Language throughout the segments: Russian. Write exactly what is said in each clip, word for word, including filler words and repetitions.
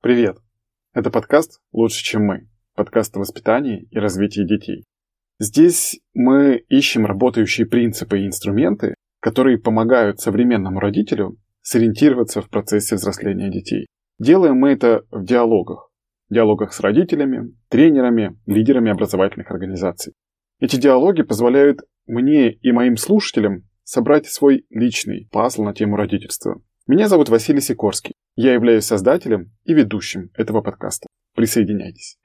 Привет! Это подкаст «Лучше, чем мы», подкаст о воспитании и развитии детей. Здесь мы ищем работающие принципы и инструменты, которые помогают современному родителю сориентироваться в процессе взросления детей. Делаем мы это в диалогах. Диалогах с родителями, тренерами, лидерами образовательных организаций. Эти диалоги позволяют мне и моим слушателям собрать свой личный пазл на тему родительства. Меня зовут Василий Сикорский. Я являюсь создателем и ведущим этого подкаста. Присоединяйтесь.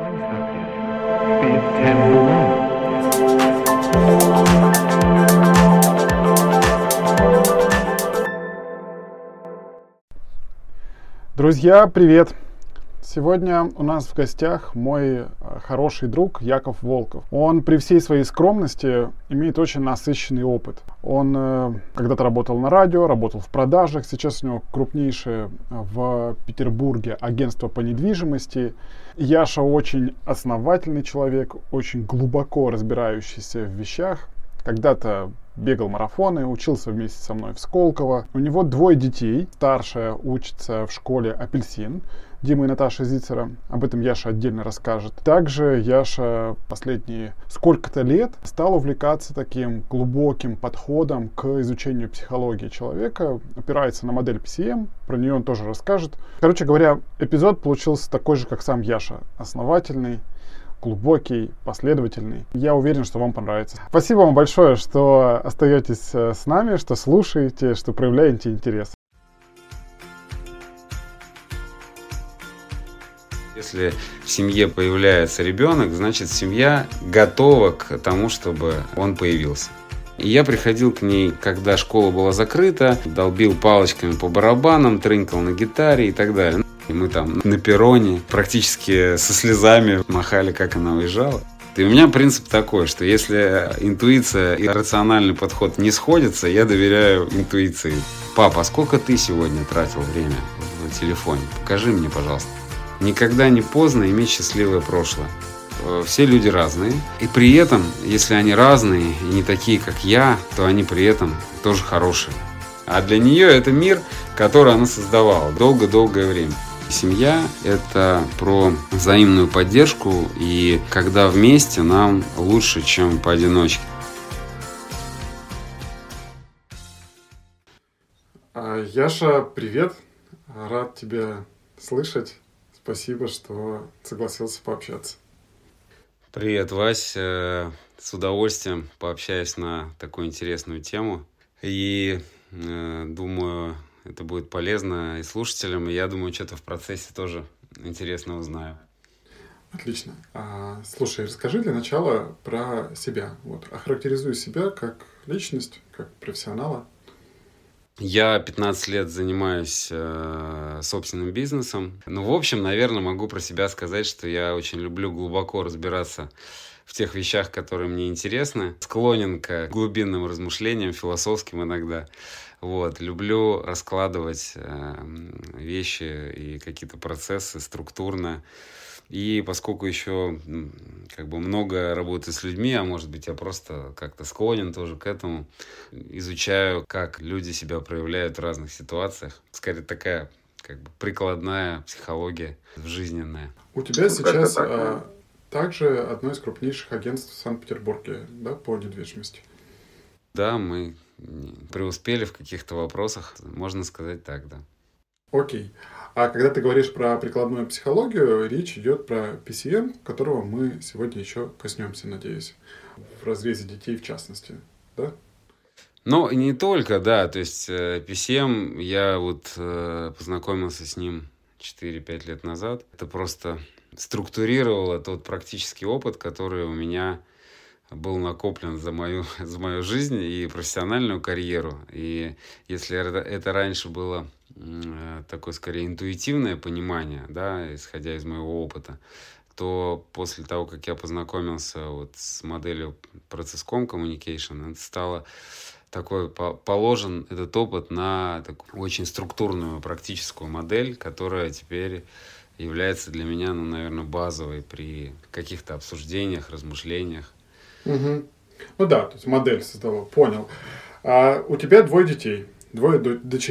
Друзья, привет! Сегодня у нас в гостях мой хороший друг Яков Волков. Он при всей своей скромности имеет очень насыщенный опыт. Он э, когда-то работал на радио, работал в продажах. Сейчас у него крупнейшее в Петербурге агентство по недвижимости. Яша очень основательный человек, очень глубоко разбирающийся в вещах. Когда-то бегал марафоны, учился вместе со мной в Сколково. У него двое детей. Старшая учится в школе «Апельсин» Димы и Наташи Зицера. Об этом Яша отдельно расскажет. Также Яша последние сколько-то лет стал увлекаться таким глубоким подходом к изучению психологии человека. Опирается на модель пи си эм, про нее он тоже расскажет. Короче говоря, эпизод получился такой же, как сам Яша. Основательный, глубокий, последовательный. Я уверен, что вам понравится. Спасибо вам большое, что остаетесь с нами, что слушаете, что проявляете интерес. Если в семье появляется ребенок, значит, семья готова к тому, чтобы он появился. И я приходил к ней, когда школа была закрыта, долбил палочками по барабанам, трынкал на гитаре и так далее. И мы там на перроне практически со слезами махали, как она уезжала. И у меня принцип такой, что если интуиция и рациональный подход не сходятся, я доверяю интуиции. Папа, а сколько ты сегодня тратил время в телефоне? Покажи мне, пожалуйста. Никогда не поздно иметь счастливое прошлое. Все люди разные. И при этом, если они разные и не такие, как я, то они при этом тоже хорошие. А для нее это мир, который она создавала долго-долгое время. Семья – это про взаимную поддержку, и когда вместе, нам лучше, чем поодиночке. Яша, привет! Рад тебя слышать. Спасибо, что согласился пообщаться. Привет, Вась. С удовольствием пообщаюсь на такую интересную тему. И э, думаю, это будет полезно и слушателям. И я думаю, что-то в процессе тоже интересно узнаю. Отлично. А, слушай, расскажи для начала про себя. Вот, охарактеризуй себя как личность, как профессионала. Я пятнадцать лет занимаюсь э, собственным бизнесом. Ну, в общем, наверное, могу про себя сказать, что я очень люблю глубоко разбираться в тех вещах, которые мне интересны. Склонен к глубинным размышлениям, философским иногда. Вот. Люблю раскладывать э, вещи и какие-то процессы структурно. И поскольку еще как бы много работаю с людьми, а может быть я просто как-то склонен тоже к этому, изучаю, как люди себя проявляют в разных ситуациях. Скорее такая как бы прикладная психология жизненная. У тебя сейчас а, также одно из крупнейших агентств в Санкт-Петербурге, да, по недвижимости. Да, мы преуспели в каких-то вопросах, можно сказать так, да. Окей. А когда ты говоришь про прикладную психологию, речь идет про пи си эм, которого мы сегодня еще коснемся, надеюсь, в разрезе детей в частности, да? Ну, не только, да, то есть пи си эм, я вот э, познакомился с ним четыре-пять лет назад. Это просто структурировало тот практический опыт, который у меня был накоплен за мою, за мою жизнь и профессиональную карьеру. И если это, это раньше было такое, скорее, интуитивное понимание, да, исходя из моего опыта, то после того, как я познакомился вот с моделью Processcom Communication, это стало такой, положен этот опыт на такую очень структурную практическую модель, которая теперь является для меня, ну, наверное, базовой при каких-то обсуждениях, размышлениях. Угу. Ну да, то есть модель создала, понял. А у тебя двое детей, двое дочерей.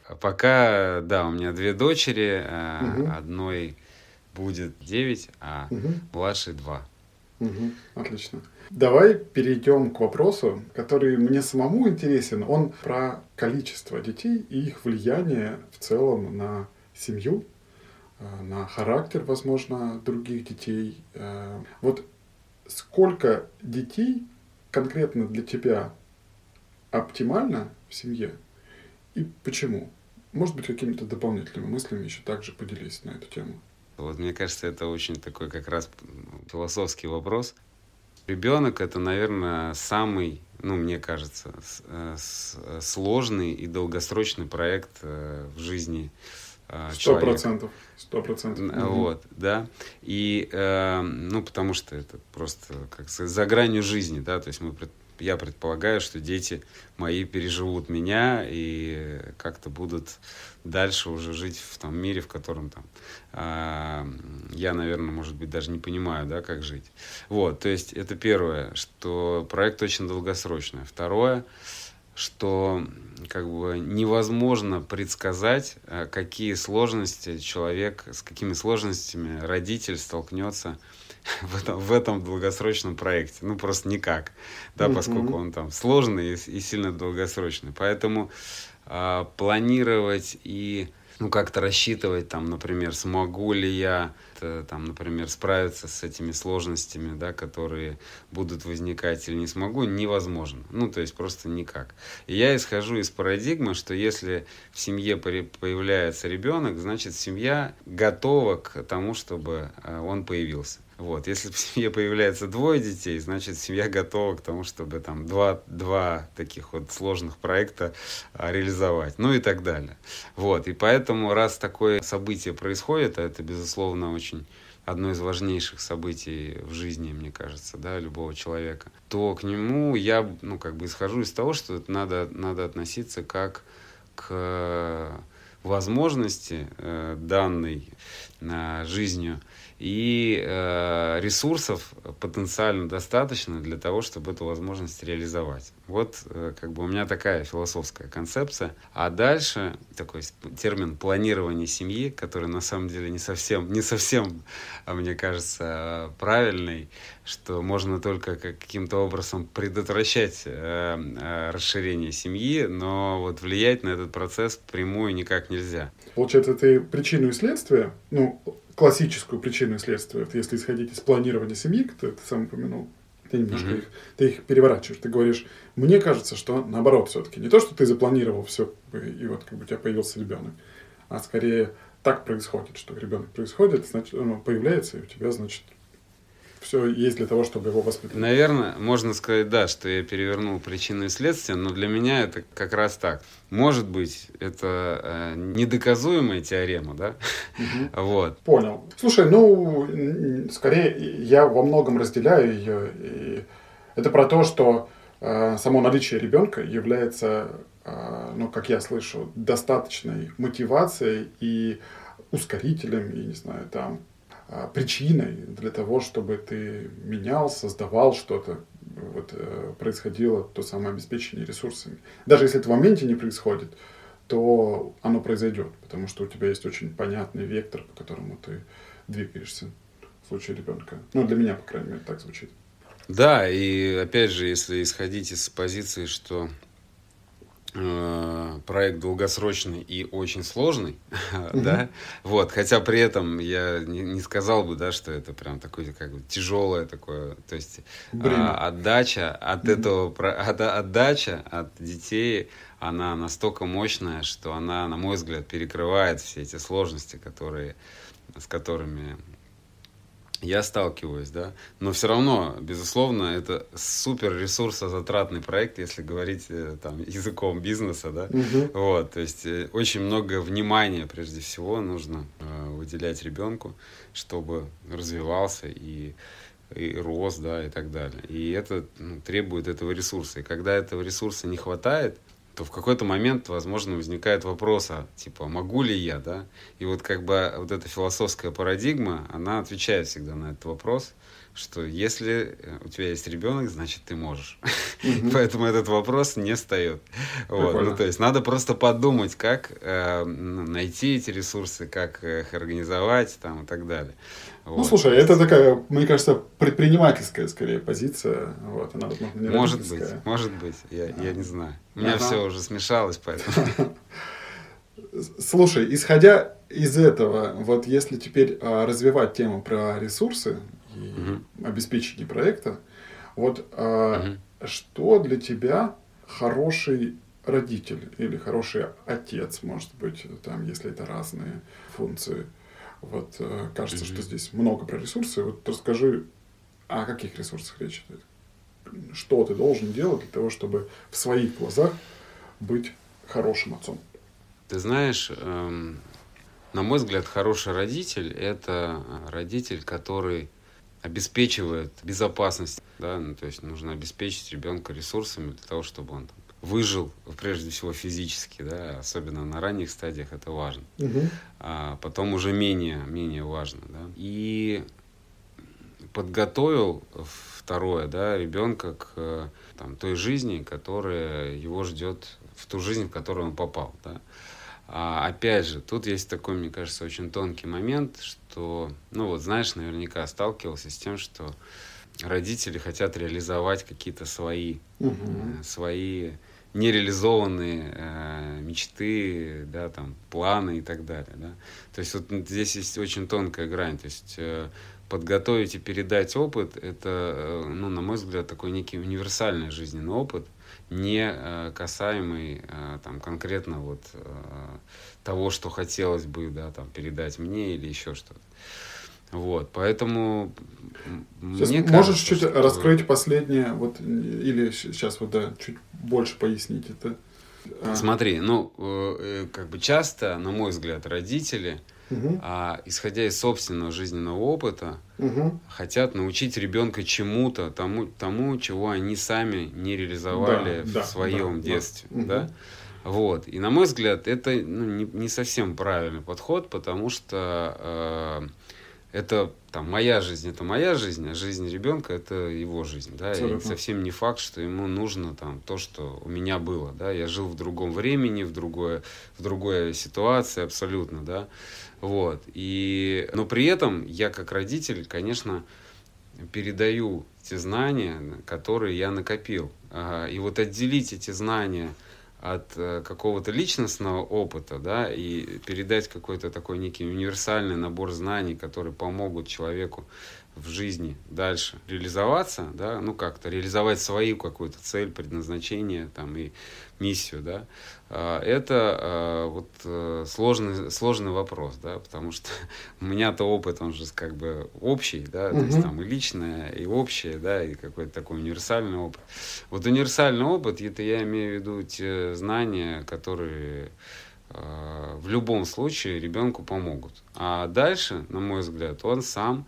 Пока, да, у меня две дочери, Угу. одной будет девять, а Угу. младшей два. Угу. Отлично. Давай перейдем к вопросу, который мне самому интересен. Он про количество детей и их влияние в целом на семью, на характер, возможно, других детей. Вот сколько детей конкретно для тебя оптимально в семье и почему? Может быть, какими-то дополнительными мыслями еще также поделись на эту тему. Вот мне кажется, это очень такой как раз философский вопрос. Ребенок — это, наверное, самый, ну, мне кажется, сложный и долгосрочный проект в жизни человека. Сто процентов. Сто процентов. Вот, да. И, ну, потому что это просто, как сказать, за гранью жизни, да, то есть мы я предполагаю, что дети мои переживут меня и как-то будут дальше уже жить в том мире, в котором там э, я, наверное, может быть, даже не понимаю, да, как жить. Вот, то есть это первое, что проект очень долгосрочный. Второе, что как бы невозможно предсказать, какие сложности человек, с какими сложностями родитель столкнется в этом, в этом долгосрочном проекте. Ну, просто никак, да, uh-huh. поскольку он там сложный и, и сильно долгосрочный. Поэтому э, планировать и ну, как-то рассчитывать, там, например, смогу ли я, там, например, справиться с этими сложностями, да, которые будут возникать или не смогу, невозможно. Ну, то есть просто никак. И я исхожу из парадигмы, что если в семье появляется ребенок, значит, семья готова к тому, чтобы он появился. Вот. Если в семье появляется двое детей, значит, семья готова к тому, чтобы там два, два таких вот сложных проекта а, реализовать, ну и так далее. Вот. И поэтому, раз такое событие происходит, а это, безусловно, очень одно из важнейших событий в жизни, мне кажется, да, любого человека, то к нему я, ну, как бы исхожу из того, что надо, надо относиться как к возможности, э, данной э, жизнью, и э, ресурсов потенциально достаточно для того, чтобы эту возможность реализовать. Вот э, как бы у меня такая философская концепция. А дальше такой термин планирование семьи, который на самом деле не совсем, не совсем, мне кажется, правильный, что можно только каким-то образом предотвращать э, э, расширение семьи, но вот влиять на этот процесс впрямую никак нельзя. Получается, ты причину и следствие, ну, классическую причину и следствие, если исходить из планирования семьи, кто ты сам упомянул, ты немножко mm-hmm. их, ты их переворачиваешь, ты говоришь, мне кажется, что наоборот все-таки, не то, что ты запланировал все, и вот как бы у тебя появился ребенок, а скорее так происходит, что ребенок происходит, значит, он появляется, и у тебя, значит, все есть для того, чтобы его воспитать. Наверное, можно сказать, да, что я перевернул причину и следствие, но для меня это как раз так. Может быть, это э, недоказуемая теорема, да? Угу. Вот. Понял. Слушай, ну, скорее, я во многом разделяю ее. И это про то, что э, само наличие ребенка является, э, ну, как я слышу, достаточной мотивацией и ускорителем, и, не знаю, там, причиной для того, чтобы ты менял, создавал что-то, вот, происходило то самое обеспечение ресурсами. Даже если это в моменте не происходит, то оно произойдет, потому что у тебя есть очень понятный вектор, по которому ты двигаешься в случае ребенка. Ну, для меня, по крайней мере, так звучит. Да, и опять же, если исходить из позиции, что проект долгосрочный и очень сложный, mm-hmm. да, вот, хотя при этом я не, не сказал бы, да, что это прям такое, как бы, тяжелое такое, то есть а, отдача от mm-hmm. этого, от, отдача от детей, она настолько мощная, что она, на мой взгляд, перекрывает все эти сложности, которые, с которыми я сталкиваюсь, да, но все равно, безусловно, это супер ресурсозатратный проект, если говорить там языком бизнеса, да, угу. вот, то есть очень много внимания, прежде всего, нужно э, выделять ребенку, чтобы развивался и, и рос, да, и так далее, и это ну, требует этого ресурса, и когда этого ресурса не хватает, то в какой-то момент, возможно, возникает вопрос, а, типа, могу ли я, да? И вот как бы вот эта философская парадигма, она отвечает всегда на этот вопрос, что если у тебя есть ребенок, значит, ты можешь. Угу. Поэтому этот вопрос не встает. Вот. Ну, то есть надо просто подумать, как э, найти эти ресурсы, как их организовать там, и так далее. Ну, Вот. слушай, это такая, мне кажется, предпринимательская, скорее, позиция. Вот, она, возможно, не может родительская. быть, может быть, я, я не знаю. У меня Ага. все уже смешалось, поэтому... Слушай, исходя из этого, вот если теперь а, развивать тему про ресурсы и Мгм. обеспечение проекта, вот а, Мгм. что для тебя хороший родитель или хороший отец, может быть, там, если это разные функции. Вот э, кажется, Мгм. что здесь много про ресурсы. Вот расскажи, о каких ресурсах речь идет? Что ты должен делать для того, чтобы в своих глазах быть хорошим отцом? Ты знаешь, эм, на мой взгляд, хороший родитель – это родитель, который обеспечивает безопасность. Да? Ну, то есть нужно обеспечить ребенка ресурсами для того, чтобы он там выжил, прежде всего физически, да? Особенно на ранних стадиях это важно. Угу. А потом уже менее, менее важно. Да? И подготовил, второе, да, ребенка к там, той жизни, которая его ждет, в ту жизнь, в которую он попал. Да? А опять же, тут есть такой, мне кажется, очень тонкий момент, что, ну вот знаешь, наверняка сталкивался с тем, что родители хотят реализовать какие-то свои, Угу. э, свои нереализованные э, мечты, да, там, планы и так далее. Да? То есть вот здесь есть очень тонкая грань. То есть э, подготовить и передать опыт – это, э, ну, на мой взгляд, такой некий универсальный жизненный опыт, не э, касаемый э, там, конкретно вот, э, того, что хотелось бы, да, там, передать мне или еще что-то. Вот, поэтому Сейчас мне можешь кажется, чуть что... раскрыть последнее, вот, или сейчас вот, да, чуть больше пояснить это? А, Смотри, ну, э, как бы часто, на мой взгляд, родители, Угу. а, исходя из собственного жизненного опыта, Угу. хотят научить ребенка чему-то, тому, тому, чего они сами не реализовали Да, в да, своем да, детстве. да. Да? Вот. И на мой взгляд, это ну, не, не совсем правильный подход, потому что э, это там, моя жизнь, это моя жизнь, а жизнь ребенка это его жизнь. Да? И Абсолютно. совсем не факт, что ему нужно там, то, что у меня было. Да? Я жил в другом времени, в, другое, в другой ситуации абсолютно. Да? Вот. И, но при этом я как родитель, конечно, передаю те знания, которые я накопил. Ага, и вот отделить эти знания от э, какого-то личностного опыта, да, и передать какой-то такой некий универсальный набор знаний, которые помогут человеку в жизни дальше реализоваться, да, ну как-то реализовать свою какую-то цель, предназначение там, и миссию, да, а, это а, вот а, сложный, сложный вопрос, да, потому что у меня-то опыт, он же как бы общий, да, то есть там и личное, и общее, да, и какой-то такой универсальный опыт. Вот универсальный опыт, это я имею в виду те знания, которые а, в любом случае ребенку помогут. А дальше, на мой взгляд, он сам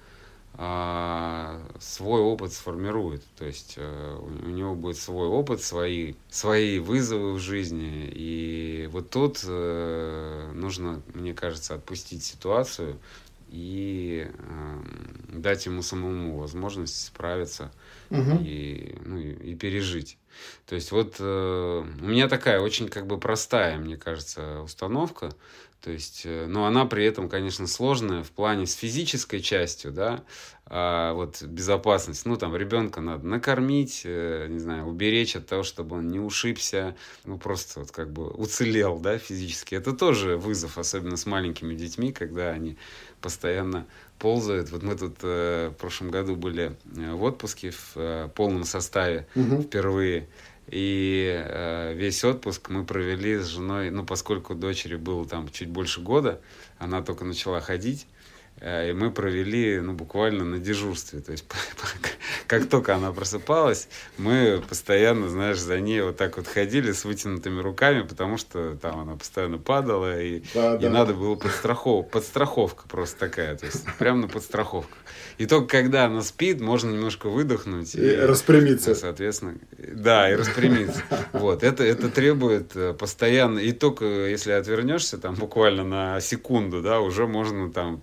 свой опыт сформирует. То есть у него будет свой опыт, свои, свои вызовы в жизни. И вот тут нужно, мне кажется, отпустить ситуацию и дать ему самому возможность справиться Угу. и, ну, и, и пережить. То есть вот у меня такая очень как бы простая, мне кажется, установка. То есть, но она при этом, конечно, сложная в плане с физической частью, да, а вот безопасность, ну, там, ребенка надо накормить, не знаю, уберечь от того, чтобы он не ушибся, ну, просто вот как бы уцелел, да, физически. Это тоже вызов, особенно с маленькими детьми, когда они постоянно ползают. Вот мы тут э, в прошлом году были в отпуске в э, полном составе Угу. впервые. И э, весь отпуск мы провели с женой, ну, поскольку дочери было там чуть больше года, она только начала ходить, э, и мы провели, ну, буквально на дежурстве. То есть, как только она просыпалась, мы постоянно, знаешь, за ней вот так вот ходили с вытянутыми руками, потому что там она постоянно падала, и, Да, и да. надо было подстраховка, подстраховка просто такая, то есть прямо на подстраховках. И только когда она спит, можно немножко выдохнуть. И распрямиться. Соответственно, да, и распрямиться. Вот, это, это требует постоянно, и только если отвернешься, там, буквально на секунду, да, уже можно там постараться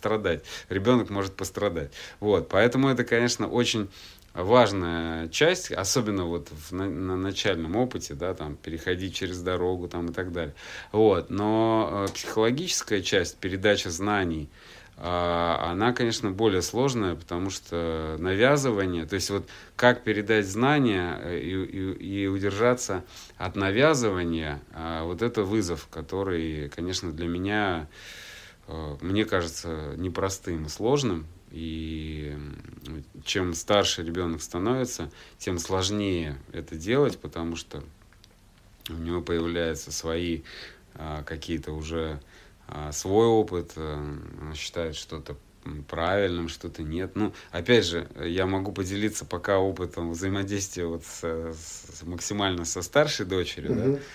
пострадать. Ребенок может пострадать. Вот, поэтому это, конечно, очень важная часть, особенно вот в, на, на начальном опыте, да, там, переходить через дорогу там, и так далее. Вот. Но э, психологическая часть, передача знаний, э, она, конечно, более сложная, потому что навязывание, то есть вот как передать знания и, и, и удержаться от навязывания, э, вот это вызов, который, конечно, для меня, э, мне кажется, непростым и сложным. И чем старше ребенок становится, тем сложнее это делать, потому что у него появляются свои а, какие-то уже а, свой опыт, а, он считает что-то правильным, что-то нет. Ну, опять же, я могу поделиться пока опытом взаимодействия вот с, с, максимально со старшей дочерью, mm-hmm. да.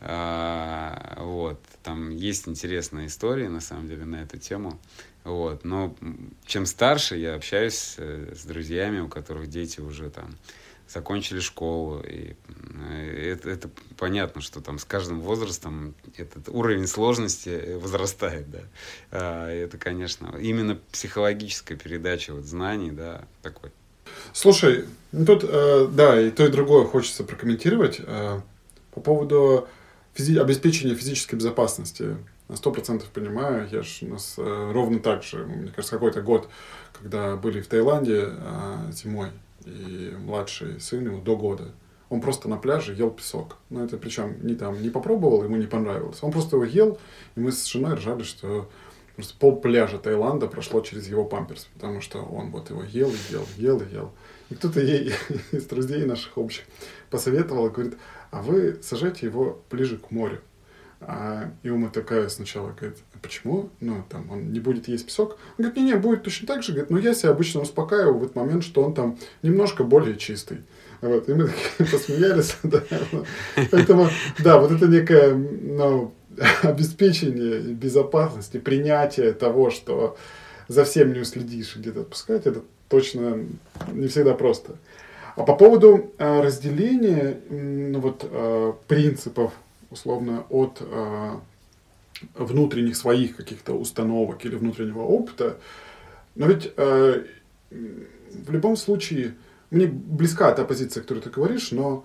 А, вот, там есть интересные истории, на самом деле, на эту тему. Вот, но чем старше я общаюсь с друзьями, у которых дети уже там закончили школу, и это, это понятно, что там с каждым возрастом этот уровень сложности возрастает, да. А, это, конечно, именно психологическая передача вот знаний, да, такой. Слушай, ну тут, э, да, и то, и другое хочется прокомментировать. Э, по поводу физи- обеспечения физической безопасности. На сто процентов понимаю, я ж у нас э, ровно так же, мне кажется, какой-то год, когда были в Таиланде э, зимой, и младший сын его до года, он просто на пляже ел песок. Ну, это причем не там, не попробовал, ему не понравилось. Он просто его ел, и мы с женой ржали, что просто пол пляжа Таиланда прошло через его памперс, потому что он вот его ел и ел, ел и ел. И кто-то ей из друзей наших общих посоветовал, говорит, а вы сажайте его ближе к морю. А, и ума такая сначала говорит, почему? Ну, там, он не будет есть песок. Он говорит, не-не, будет точно так же. Говорит, но я себя обычно успокаиваю в этот момент, что он там немножко более чистый. Вот, и мы такие посмеялись. Да. Поэтому, да, вот это некое, ну, обеспечение безопасности, принятие того, что за всем не уследишь, где-то отпускать, это точно не всегда просто. А по поводу а, разделения, ну, вот, а, принципов, условно, от э, внутренних своих каких-то установок или внутреннего опыта. Но ведь э, в любом случае, мне близка та позиция, о которой ты говоришь, но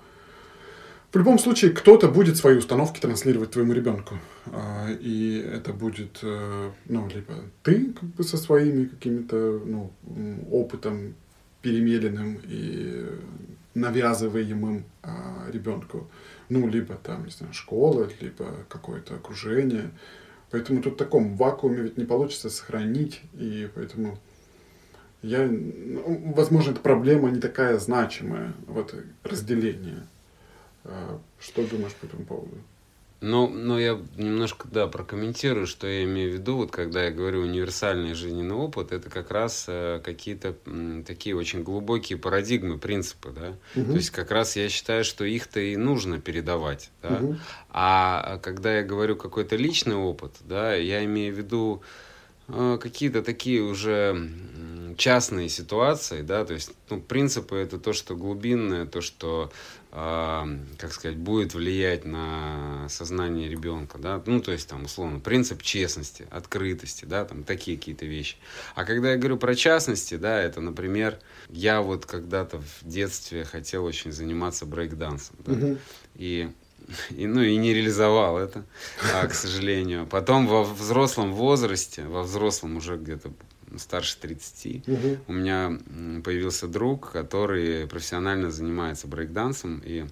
в любом случае кто-то будет свои установки транслировать твоему ребенку. Э, и это будет, э, ну, либо ты как бы со своими какими-то, ну, опытом перемеленным и навязываемым э, ребенку. Ну, либо там, не знаю, школа, либо какое-то окружение. Поэтому тут в таком вакууме ведь не получится сохранить. И поэтому я, ну, возможно, эта проблема не такая значимая, вот разделение. Что думаешь по этому поводу? Ну, ну, я немножко, да, прокомментирую, что я имею в виду, вот когда я говорю универсальный жизненный опыт, это как раз э, какие-то м, такие очень глубокие парадигмы, принципы, да, угу. То есть как раз я считаю, что их-то и нужно передавать, да, угу. А когда я говорю какой-то личный опыт, да, я имею в виду э, какие-то такие уже частные ситуации, да, то есть, ну, принципы это то, что глубинное, то, что, э, как сказать, будет влиять на сознание ребенка, да, ну, то есть, там, условно, принцип честности, открытости, да, там, такие какие-то вещи. А когда я говорю про частности, да, это, например, я вот когда-то в детстве хотел очень заниматься брейк-дансом, да, uh-huh. и И, ну, и не реализовал это, а, к сожалению. Потом во взрослом возрасте, во взрослом уже где-то старше тридцати, угу. у меня появился друг, который профессионально занимается брейк-дансом. И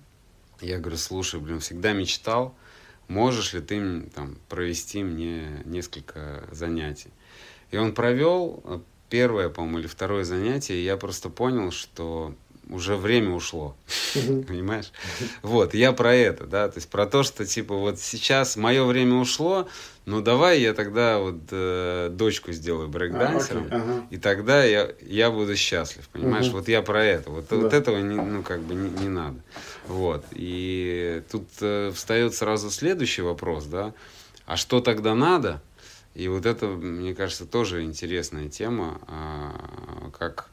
я говорю, слушай, блин, всегда мечтал, можешь ли ты там провести мне несколько занятий. И он провел первое, по-моему, или второе занятие, и я просто понял, что уже время ушло, uh-huh. понимаешь? Uh-huh. Вот, я про это, да, то есть про то, что, типа, вот сейчас мое время ушло, ну, давай я тогда вот э, дочку сделаю брейкдансером, ah, okay. uh-huh. и тогда я, я буду счастлив, понимаешь? Uh-huh. Вот я про это, вот, uh-huh. вот этого, не, ну, как бы не, не надо. Вот, и тут э, встает сразу следующий вопрос, да, а что тогда надо? И вот это, мне кажется, тоже интересная тема, э, как...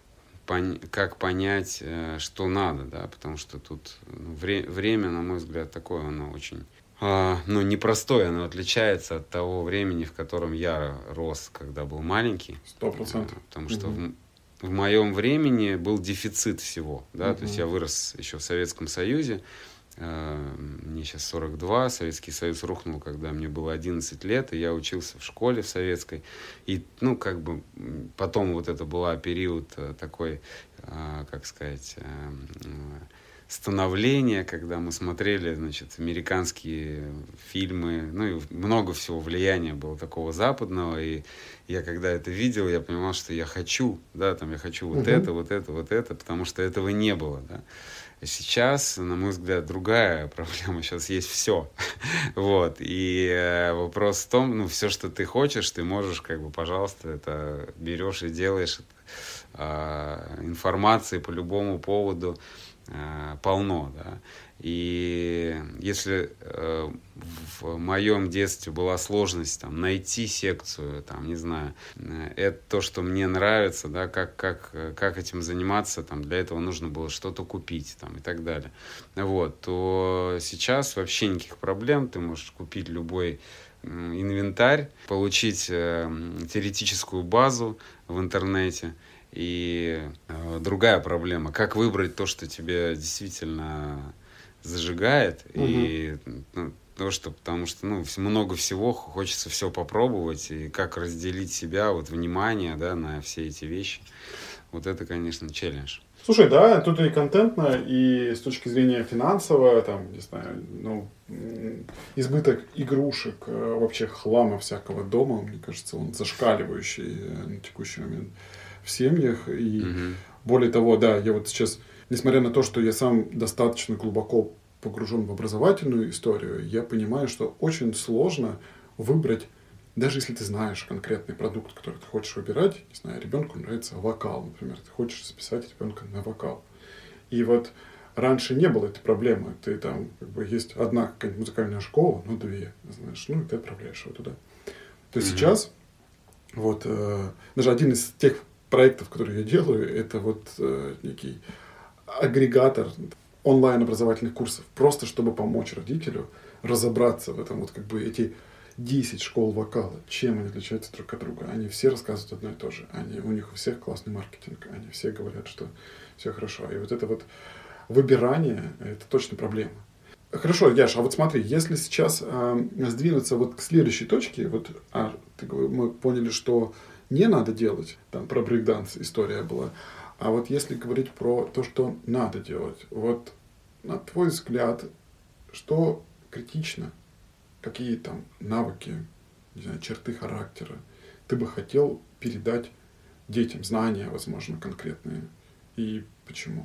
как понять, что надо, да, потому что тут ну, вре- время, на мой взгляд, такое, оно очень а, ну, непростое, оно отличается от того времени, в котором я рос, когда был маленький. Сто процентов. Потому что Мгм. в, в моем времени был дефицит всего. Да? То есть Мгм. я вырос еще в Советском Союзе. а, Мне сейчас сорок два. Советский Союз рухнул, когда мне было одиннадцать лет, и я учился в школе в советской. И, ну, как бы, м, потом вот это был период э, такой, а, как сказать, э, м, становления, когда мы смотрели, значит, американские фильмы, ну и много всего влияния было такого западного, и я когда это видел, я понимал, что я хочу, да, там я хочу вот Мгм. это, вот это, вот это, потому что этого не было, да. А сейчас, на мой взгляд, другая проблема, сейчас есть все, вот, и э, вопрос в том, ну, все, что ты хочешь, ты можешь, как бы, пожалуйста, это берешь и делаешь, а, информации по любому поводу э, полно, да. И если э, в моем детстве была сложность там, найти секцию, там, не знаю, э, это то, что мне нравится, да, как, как, э, как этим заниматься, там, для этого нужно было что-то купить там, и так далее, вот, то сейчас вообще никаких проблем, ты можешь купить любой м, инвентарь, получить э, теоретическую базу в интернете. И э, другая проблема, как выбрать то, что тебе действительно зажигает, Мгм. и ну, то, что, потому что ну, вс- много всего, хочется все попробовать, и как разделить себя, вот внимание, да, на все эти вещи. Вот это, конечно, челлендж. Слушай, да, тут и контентно, и с точки зрения финансового, там, не знаю, ну, м, избыток игрушек, э, вообще хлама всякого дома, мне кажется, он зашкаливающий э, на текущий момент в семьях. И Мгм. более того, да, я вот сейчас, несмотря на то, что я сам достаточно глубоко погружен в образовательную историю, я понимаю, что очень сложно выбрать, даже если ты знаешь конкретный продукт, который ты хочешь выбирать, не знаю, ребенку нравится вокал, например, ты хочешь записать ребенка на вокал. И вот раньше не было этой проблемы. Ты там, как бы, есть одна какая-нибудь музыкальная школа, ну, две, знаешь, ну, и ты отправляешь его туда. То есть Мгм. сейчас, вот, э, даже один из тех проектов, которые я делаю, это вот э, некий агрегатор онлайн-образовательных курсов, просто чтобы помочь родителю разобраться в этом, вот как бы эти десять школ вокала, чем они отличаются друг от друга. Они все рассказывают одно и то же. Они, у них у всех классный маркетинг. Они все говорят, что все хорошо. И вот это вот выбирание, это точно проблема. Хорошо, Яш, а вот смотри, если сейчас э, сдвинуться вот к следующей точке, вот а, ты, говор- мы поняли, что не надо делать, там про брейкданс история была, а вот если говорить про то, что надо делать, вот на твой взгляд, что критично, какие там навыки, не знаю, черты характера ты бы хотел передать детям, знания, возможно, конкретные, и почему?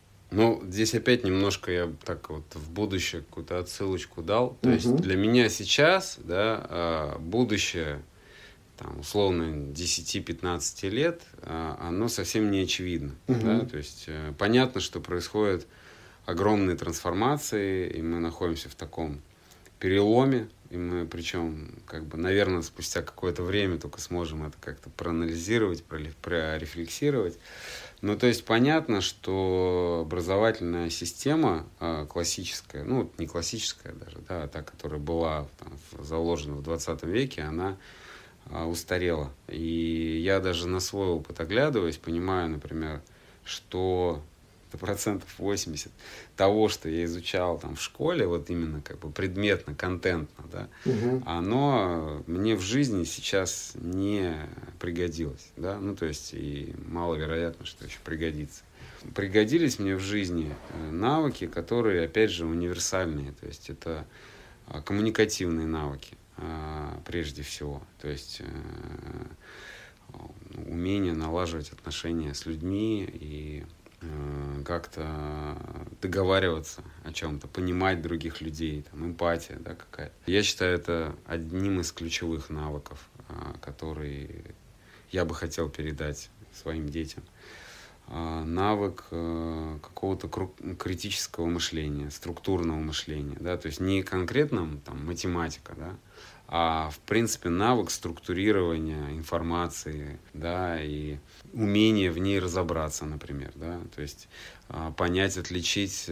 Ну, здесь опять немножко я так вот в будущее какую-то отсылочку дал. То есть Мгм. для меня сейчас, да, а, будущее, там, условно, десяти-пятнадцати лет, а, оно совсем не очевидно. Мгм. Да? То есть э, понятно, что происходят огромные трансформации, и мы находимся в таком переломе, и мы, причем, как бы, наверное, спустя какое-то время только сможем это как-то проанализировать, проле- прорефлексировать. Ну, то есть понятно, что образовательная система а, классическая, ну, вот не классическая даже, да, а та, которая была там, в- заложена в двадцатом веке, она а, устарела. И я даже на свой опыт оглядываясь, понимаю, например, что процентов восемьдесят того, что я изучал там в школе, вот именно как бы предметно, контентно, да, Мгм. оно мне в жизни сейчас не пригодилось, да, ну, то есть, и маловероятно, что еще пригодится. Пригодились мне в жизни э, навыки, которые, опять же, универсальные, то есть, это а, коммуникативные навыки, а, прежде всего, то есть, э, умение налаживать отношения с людьми и э, как-то договариваться о чем-то, понимать других людей, там, эмпатия, да, какая-то. Я считаю, это одним из ключевых навыков, а, которые я бы хотел передать своим детям. А, навык э, какого-то кру- критического мышления, структурного мышления, да, то есть не конкретно там математика, да, а в принципе навык структурирования информации, да, и умение в ней разобраться, например, да, то есть понять, отличить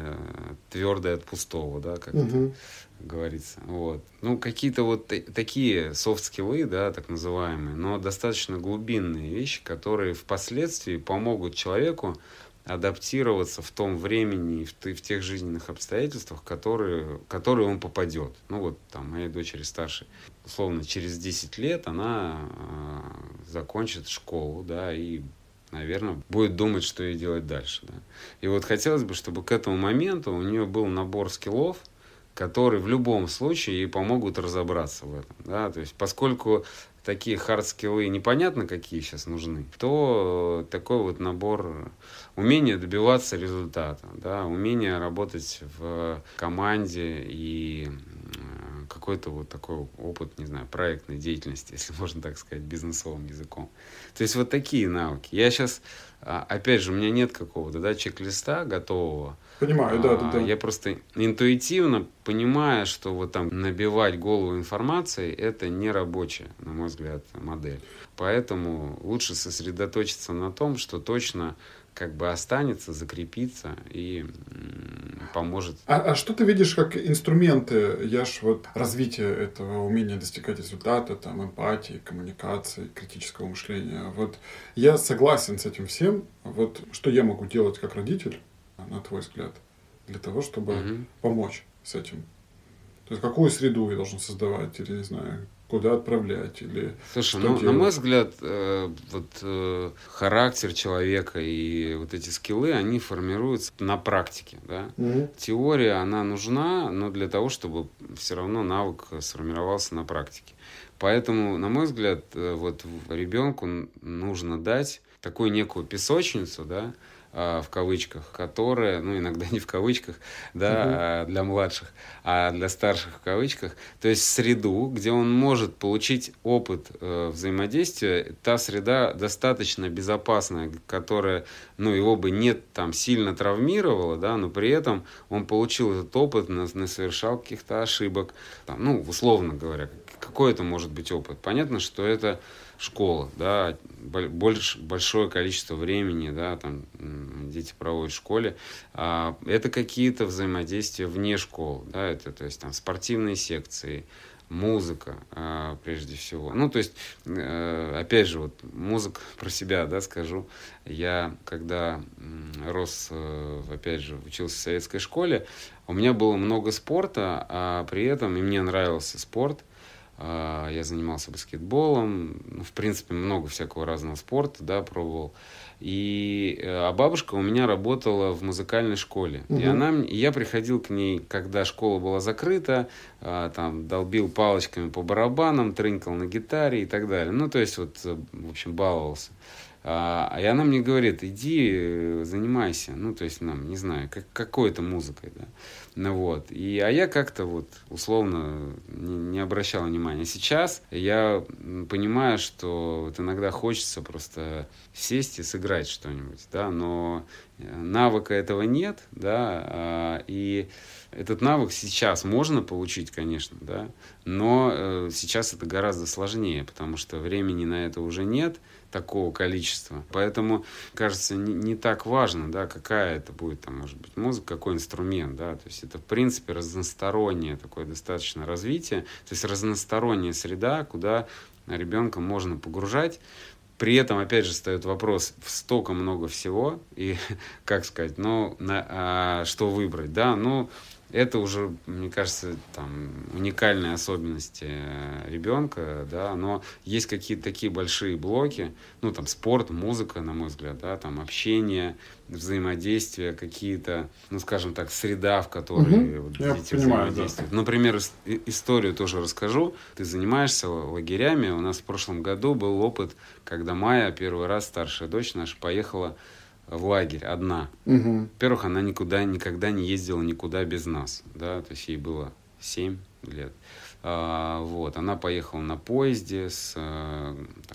твердое от пустого, да, как угу. говорится. Вот. Ну, какие-то вот такие софт-скиллы, да, так называемые, но достаточно глубинные вещи, которые впоследствии помогут человеку адаптироваться в том времени и в, в тех жизненных обстоятельствах, которые, в которые он попадет. Ну вот там моей дочери старшей, условно, через десять лет она э, закончит школу, да, и, наверное, будет думать, что ей делать дальше. Да. И вот хотелось бы, чтобы к этому моменту у нее был набор скиллов, которые в любом случае ей помогут разобраться в этом. Да. То есть, поскольку такие хард-скиллы непонятно, какие сейчас нужны, то такой вот набор умения добиваться результата, да, умение работать в команде и какой-то вот такой опыт, не знаю, проектной деятельности, если можно так сказать, бизнесовым языком. То есть вот такие навыки. Я сейчас, опять же, у меня нет какого-то, да, чек-листа готового. Понимаю, да, да, да. Я просто интуитивно понимаю, что вот там набивать голову информацией — это не рабочая, на мой взгляд, модель. Поэтому лучше сосредоточиться на том, что точно как бы останется, закрепится и м, поможет. А, а что ты видишь как инструменты, Яш, вот развития этого умения достигать результата, там, эмпатии, коммуникации, критического мышления? Вот я согласен с этим всем. Вот что я могу делать как родитель, на твой взгляд, для того, чтобы угу. помочь с этим? То есть какую среду я должен создавать, или, не знаю, куда отправлять, или Слушай, ну, на мой взгляд, э, вот э, характер человека и вот эти скиллы, они формируются на практике, да. Угу. Теория, она нужна, но для того, чтобы все равно навык сформировался на практике. Поэтому, на мой взгляд, э, вот ребенку нужно дать такую некую песочницу, да, в кавычках, которая, ну, иногда не в кавычках, да, угу. для младших, а для старших в кавычках, то есть среду, где он может получить опыт э, взаимодействия, та среда достаточно безопасная, которая, ну, его бы не там сильно травмировала, да, но при этом он получил этот опыт, не совершал каких-то ошибок, там, ну, условно говоря, какой это может быть опыт? Понятно, что это школа, да, больше, большое количество времени, да, там дети проводят в школе. А, это какие-то взаимодействия вне школы, да, это, то есть там спортивные секции, музыка, а, прежде всего. Ну, то есть, э, опять же, вот музыка про себя, да, скажу. Я, когда рос, э, опять же, учился в советской школе, у меня было много спорта, а при этом и мне нравился спорт. Я занимался баскетболом, ну, в принципе, много всякого разного спорта, да, пробовал. И, а бабушка у меня работала в музыкальной школе. Угу. И, она, и я приходил к ней, когда школа была закрыта, там, долбил палочками по барабанам, трынкал на гитаре и так далее. Ну, то есть, вот, в общем, баловался. А, и она мне говорит, иди занимайся, ну, то есть, ну, не знаю, как, какой-то музыкой, да. Ну, вот. И, а я как-то вот условно не, не обращал внимания. Сейчас я понимаю, что вот иногда хочется просто сесть и сыграть что-нибудь, да, но навыка этого нет, да, и этот навык сейчас можно получить, конечно, да, но э, сейчас это гораздо сложнее, потому что времени на это уже нет такого количества. Поэтому, кажется, не, не так важно, да, какая это будет, там, может быть, музыка, какой инструмент, да, то есть это, в принципе, разностороннее такое достаточно развитие, то есть разносторонняя среда, куда ребенка можно погружать. При этом, опять же, встает вопрос, столько много всего, и, как сказать, ну, на, а, что выбрать, да, ну, это уже, мне кажется, там, уникальные особенности ребенка, да, но есть какие-то такие большие блоки, ну, там, спорт, музыка, на мой взгляд, да, там, общение, взаимодействие, какие-то, ну, скажем так, среда, в которой угу. вот, дети понимаю, взаимодействуют. Да. Например, историю тоже расскажу. Ты занимаешься лагерями. У нас в прошлом году был опыт, когда Майя, первый раз, старшая дочь наша, поехала в лагерь одна. Угу. Во-первых, она никуда, никогда не ездила никуда без нас, да, то есть ей было семь лет. А, вот, она поехала на поезде с, там,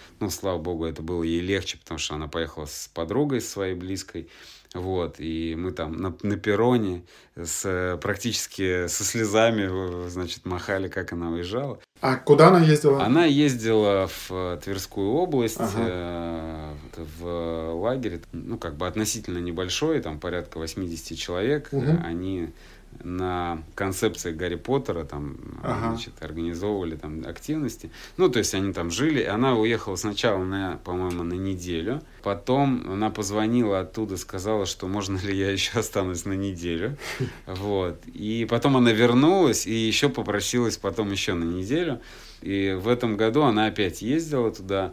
Ну, слава богу, это было ей легче, потому что она поехала с подругой своей близкой. Вот, и мы там на, на перроне с, практически со слезами, значит, махали, как она уезжала. А куда она ездила? Она ездила в Тверскую область, Ага. э, в лагерь, ну, как бы относительно небольшой, там порядка восемьдесят человек. Угу. Они на концепции Гарри Поттера там, Ага. значит, организовывали там активности. Ну, то есть они там жили. Она уехала сначала, на, по-моему, на неделю. Потом она позвонила оттуда, сказала, что можно ли я еще останусь на неделю. Вот. И потом она вернулась и еще попросилась потом еще на неделю. И в этом году она опять ездила туда.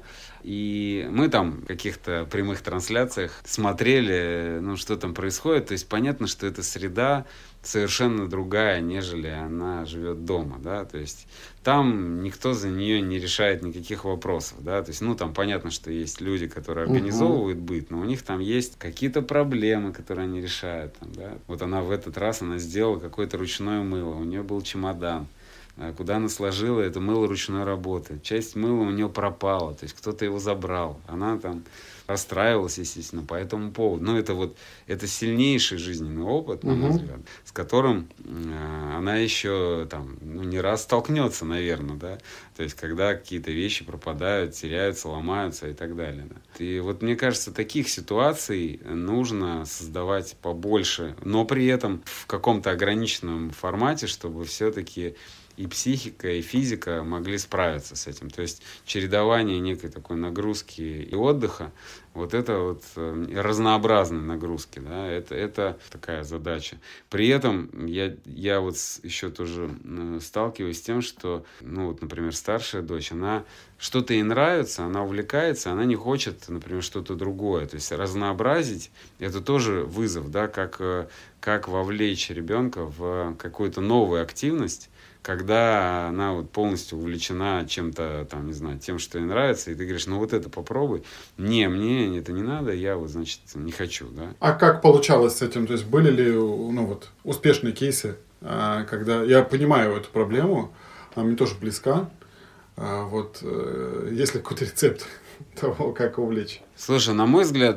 И мы там в каких-то прямых трансляциях смотрели, ну, что там происходит. То есть понятно, что эта среда совершенно другая, нежели она живет дома, да, то есть там никто за нее не решает никаких вопросов, да, то есть, ну, там понятно, что есть люди, которые организовывают быт, но у них там есть какие-то проблемы, которые они решают, там, да. Вот она в этот раз, она сделала какое-то ручное мыло, у нее был чемодан, куда она сложила это мыло ручной работы. Часть мыла у нее пропала, то есть кто-то его забрал. Она там расстраивалась, естественно, по этому поводу. Но это вот это сильнейший жизненный опыт, на мой взгляд, с которым э, она еще там, ну, не раз столкнется, наверное, да. То есть, когда какие-то вещи пропадают, теряются, ломаются и так далее. Да. И вот мне кажется, таких ситуаций нужно создавать побольше, но при этом в каком-то ограниченном формате, чтобы все-таки и психика, и физика могли справиться с этим. То есть чередование некой такой нагрузки и отдыха, вот это вот разнообразные нагрузки, да, это, это такая задача. При этом я, я вот еще тоже сталкиваюсь с тем, что, ну вот, например, старшая дочь, она что-то ей нравится, она увлекается, она не хочет, например, что-то другое. То есть разнообразить – это тоже вызов, да, как, как вовлечь ребенка в какую-то новую активность, когда она вот полностью увлечена чем-то, там, не знаю, тем, что ей нравится, и ты говоришь, ну вот это попробуй. Не, мне это не надо, я вот, значит, не хочу, да. А как получалось с этим? То есть были ли, ну вот, успешные кейсы, когда я понимаю эту проблему, она мне тоже близка, вот, есть ли какой-то рецепт того, как увлечь? Слушай, на мой взгляд,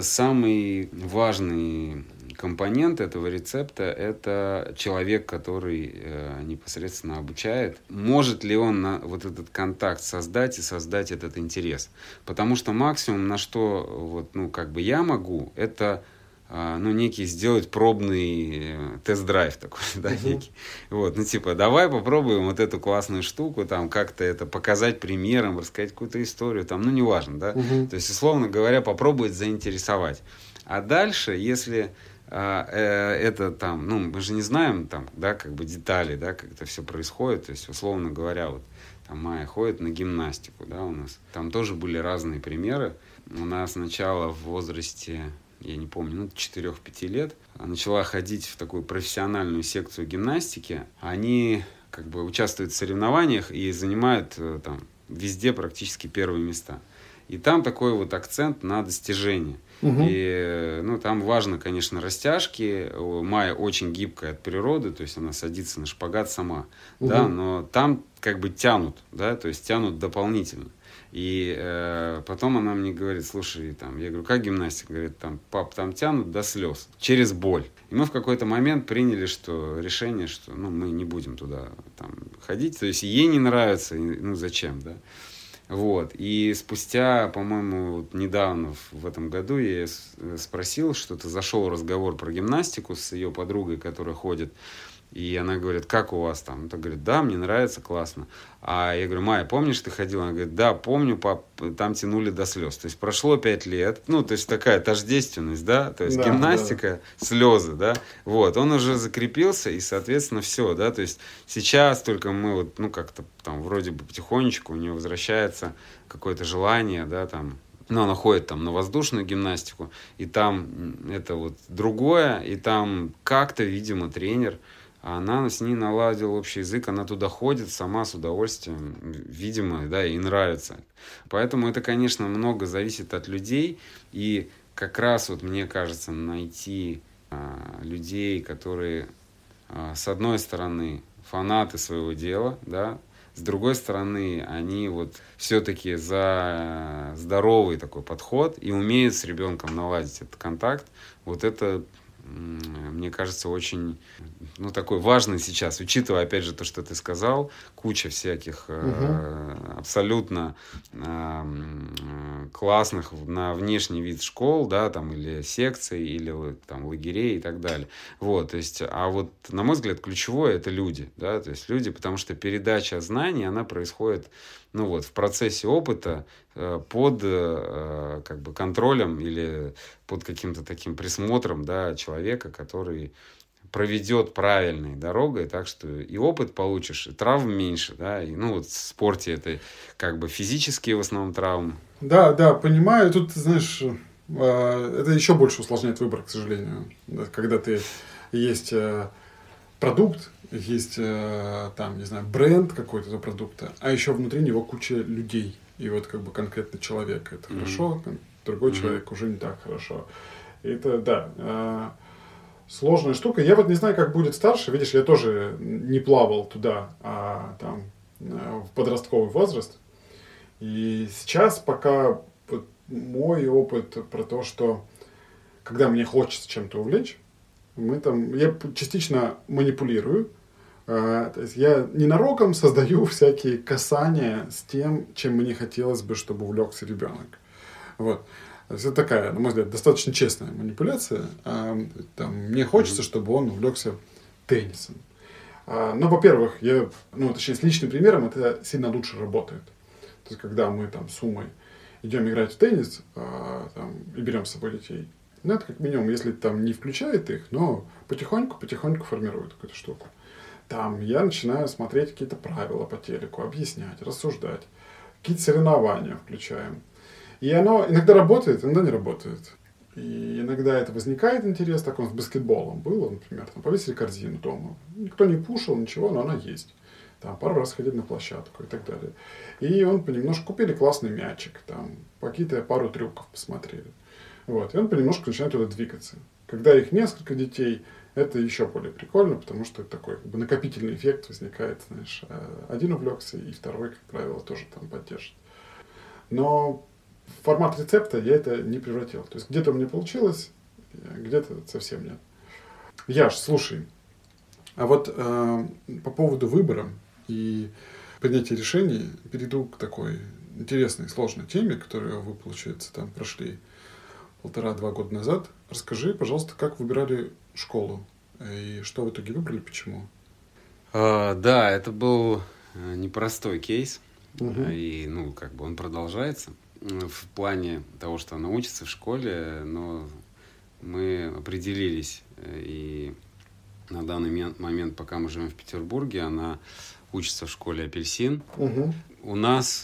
самый важный компонент этого рецепта – это человек, который э, непосредственно обучает. Может ли он на, вот этот контакт создать и создать этот интерес? Потому что максимум, на что вот, ну, как бы я могу, это э, ну, некий сделать пробный э, тест-драйв такой, да, uh-huh. некий. Вот, ну, типа, давай попробуем вот эту классную штуку, там, как-то это показать примером, рассказать какую-то историю, там, ну, неважно, да. Uh-huh. То есть, условно говоря, попробовать заинтересовать. А дальше, если это там, ну, мы же не знаем там, да, как бы детали, да, как это все происходит, то есть, условно говоря, вот там Майя ходит на гимнастику, да, у нас, там тоже были разные примеры, у нас сначала в возрасте, я не помню, ну, четыре-пять лет, начала ходить в такую профессиональную секцию гимнастики, они как бы участвуют в соревнованиях и занимают там везде практически первые места. И там такой вот акцент на достижение. Угу. И, ну, там важно, конечно, растяжки. Майя очень гибкая от природы, то есть она садится на шпагат сама, угу. да, но там как бы тянут, да, то есть тянут дополнительно. И э, потом она мне говорит, слушай, там, я говорю, как гимнастика? Говорит, там, пап, там тянут до слез, через боль. И мы в какой-то момент приняли, что решение, что, ну, мы не будем туда там ходить, то есть ей не нравится, ну, зачем, да. Вот. И спустя, по-моему, вот недавно, в этом году, я спросил, что-то зашел разговор про гимнастику с ее подругой, которая ходит. И она говорит, как у вас там? Он говорит, да, мне нравится, классно. А я говорю, Майя, помнишь, ты ходила? Она говорит, да, помню, пап, там тянули до слез. То есть прошло пять лет, ну, то есть такая тождественность, да, то есть да, гимнастика, да. Слезы, да. Вот, он уже закрепился, и, соответственно, все, да, то есть сейчас только мы вот, ну, как-то там вроде бы потихонечку у нее возвращается какое-то желание, да, там. Но она ходит там на воздушную гимнастику, и там это вот другое, и там как-то, видимо, тренер, она с ней наладила общий язык, она туда ходит сама с удовольствием, видимо, да, ей нравится. Поэтому это, конечно, много зависит от людей, и как раз вот мне кажется, найти а, людей, которые, а, с одной стороны, фанаты своего дела, да, С другой стороны, они вот все-таки за здоровый такой подход и умеют с ребенком наладить этот контакт. Вот это, мне кажется, очень, ну, такой важный сейчас, учитывая, опять же, то, что ты сказал, куча всяких угу. э, абсолютно э, классных на внешний вид школ, да, там, или секций, или там лагерей и так далее. Вот, то есть, а вот, на мой взгляд, ключевое — это люди, да, то есть люди, потому что передача знаний, она происходит, ну, вот, в процессе опыта э, под э, как бы контролем или под каким-то таким присмотром, да, человека, который проведет правильной дорогой, так что и опыт получишь, и травм меньше, да, и, ну, вот в спорте это как бы физические в основном травмы. Да, да, понимаю, тут, знаешь, это еще больше усложняет выбор, к сожалению, когда ты есть продукт, есть там, не знаю, бренд какой-то этого продукта, а еще внутри него куча людей, и вот как бы конкретно человек, это mm-hmm. хорошо, другой mm-hmm. человек уже не так хорошо. Это, да, сложная штука. Я вот не знаю, как будет старше. Видишь, я тоже не плавал туда, а там в подростковый возраст. И сейчас пока вот мой опыт про то, что когда мне хочется чем-то увлечь, мы там, я частично манипулирую. То есть я ненароком создаю всякие касания с тем, чем мне хотелось бы, чтобы увлекся ребенок. Вот. Это такая, на мой взгляд, достаточно честная манипуляция. Там, мне хочется, чтобы он увлекся теннисом. Но, во-первых, я, ну, точнее, с личным примером это сильно лучше работает. То есть, когда мы там с Умой идем играть в теннис там, и берем с собой детей, ну, это как минимум, если там не включает их, но потихоньку-потихоньку формирует какую-то штуку. Там я начинаю смотреть какие-то правила по телеку, объяснять, рассуждать. Какие-то соревнования включаем. И оно иногда работает, иногда не работает. И иногда это возникает интерес, так он с баскетболом было, например, там повесили корзину дома. Никто не пушил, ничего, но она есть. Там пару раз ходили на площадку и так далее. И он понемножку купили классный мячик, там какие-то пару трюков посмотрели. Вот. И он понемножку начинает туда двигаться. Когда их несколько детей, это еще более прикольно, потому что такой как бы накопительный эффект возникает, знаешь, один увлекся, и второй, как правило, тоже там поддержит. Но в формат рецепта я это не превратил. То есть где-то у меня получилось, где-то совсем нет. Яш, слушай, а вот э, по поводу выбора и принятия решений перейду к такой интересной, сложной теме, которую вы, получается, там прошли полтора-два года назад. Расскажи, пожалуйста, как выбирали школу и что в итоге выбрали, почему? А, да, это был непростой кейс, угу. и, ну, как бы он продолжается. В плане того, что она учится в школе, но мы определились, и на данный момент, пока мы живем в Петербурге, она учится в школе «Апельсин». Угу. У нас,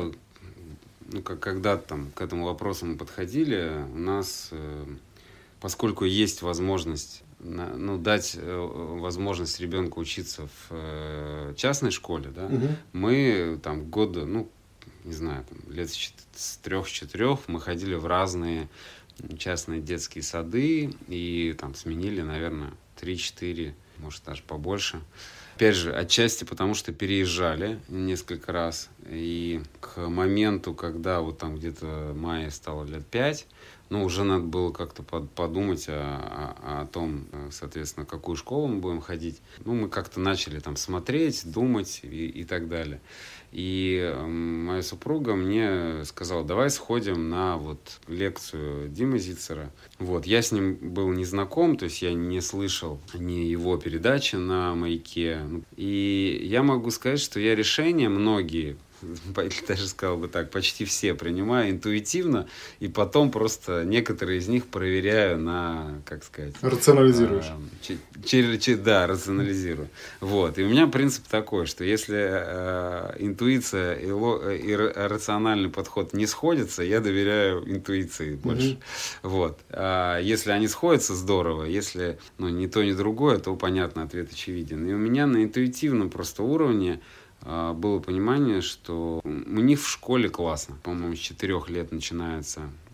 ну, как когда-то там к этому вопросу мы подходили, у нас, поскольку есть возможность, ну, дать возможность ребенку учиться в частной школе, да, угу. мы там года, ну, не знаю, там, лет с трех-четырех мы ходили в разные частные детские сады и там сменили, наверное, три-четыре, может, даже побольше. Опять же, отчасти потому, что переезжали несколько раз. И к моменту, когда вот там где-то Майе стало лет пять, ну, уже надо было как-то подумать о, о, о том, соответственно, какую школу мы будем ходить. Ну, мы как-то начали там смотреть, думать и, и так далее. И моя супруга мне сказала, давай сходим на вот лекцию Димы Зицера. Вот, я с ним был не знаком, то есть я не слышал ни его передачи на «Маяке». И я могу сказать, что я решения многие, даже сказал бы так, почти все принимаю интуитивно, и потом просто некоторые из них проверяю на, как сказать... Рационализируешь. Э, через, через, да, рационализирую. Вот. И у меня принцип такой, что если э, интуиция и, ло, и рациональный подход не сходятся, я доверяю интуиции больше. Mm-hmm. Вот. А если они сходятся, здорово. Если ну, ни то, ни другое, то, понятно, ответ очевиден. И у меня на интуитивном просто уровне было понимание, что у них в школе классно. По-моему, с четырех лет начинается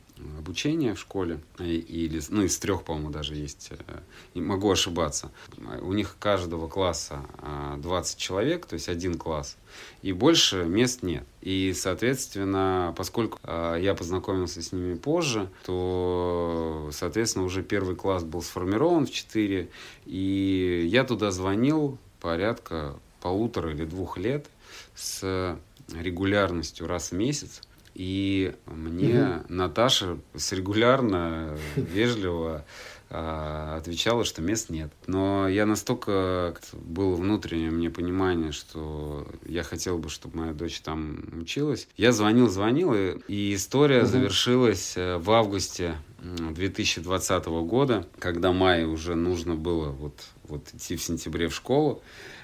обучения в школе, или, ну, из трех, по-моему, даже есть, не могу ошибаться. У них каждого класса двадцать человек, то есть один класс, и больше мест нет. И, соответственно, поскольку я познакомился с ними позже, то, соответственно, уже первый класс был сформирован в четыре, и я туда звонил порядка полутора или двух лет с регулярностью раз в месяц. И мне угу. Наташа с регулярно, вежливо э, отвечала, что мест нет. Но я настолько было внутреннее мне понимание, что я хотел бы, чтобы моя дочь там училась. Я звонил, звонил, и, и история угу. завершилась в августе две тысячи двадцатого года, когда Майе уже нужно было вот, вот идти в сентябре в школу.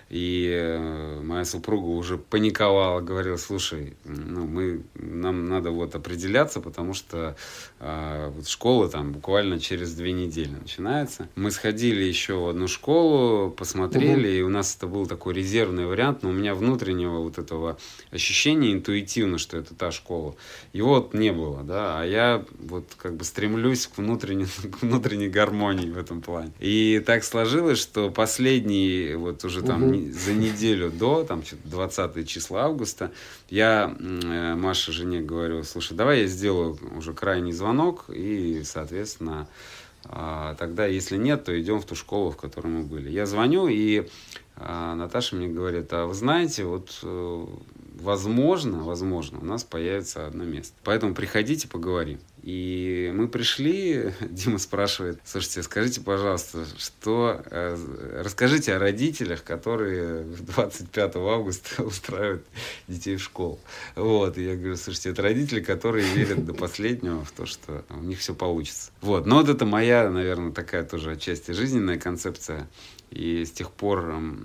И моя супруга уже паниковала, говорила: слушай, ну, мы, нам надо вот определяться, потому что э, вот школа там буквально через две недели начинается. Мы сходили еще в одну школу, посмотрели, угу. и у нас это был такой резервный вариант, но у меня внутреннего вот этого ощущения интуитивно, что это та школа, его вот не было, да, а я вот как бы стремлюсь к внутренней, к внутренней гармонии в этом плане. И так сложилось, что последний вот уже там угу. за неделю до, там, двадцатого числа августа, я э, Маше, жене, говорю: слушай, давай я сделаю уже крайний звонок, и, соответственно, э, тогда, если нет, то идем в ту школу, в которой мы были. Я звоню, и э, Наташа мне говорит: а вы знаете, вот э, возможно, возможно, у нас появится одно место. Поэтому приходите, поговорим. И мы пришли, Дима спрашивает: слушайте, скажите, пожалуйста, что, э, расскажите о родителях, которые двадцать пятого августа устраивают детей в школу. Вот, и я говорю: слушайте, это родители, которые верят до последнего в то, что у них все получится. Вот, но вот это моя, наверное, такая тоже отчасти жизненная концепция. И с тех пор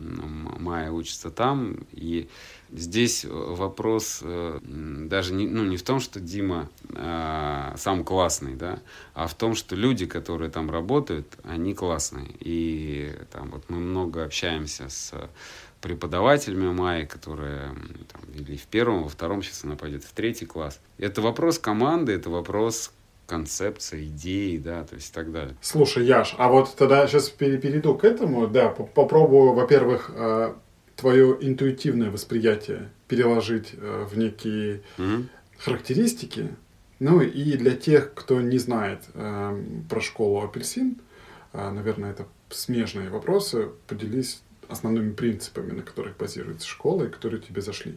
Майя учится там, и здесь вопрос э, даже не, ну, не в том, что Дима э, сам классный, да, а в том, что люди, которые там работают, они классные. И там вот мы много общаемся с преподавателями Майи, которые там, или в первом, во втором, сейчас она пойдет в третий класс. Это вопрос команды, это вопрос концепция, идеи, да, то есть и так далее. Слушай, Яш, а вот тогда сейчас перейду к этому, да, попробую, во-первых, твое интуитивное восприятие переложить в некие mm-hmm. характеристики, ну и для тех, кто не знает про школу «Апельсин», наверное, это смежные вопросы, поделись основными принципами, на которых базируется школа и которые тебе зашли.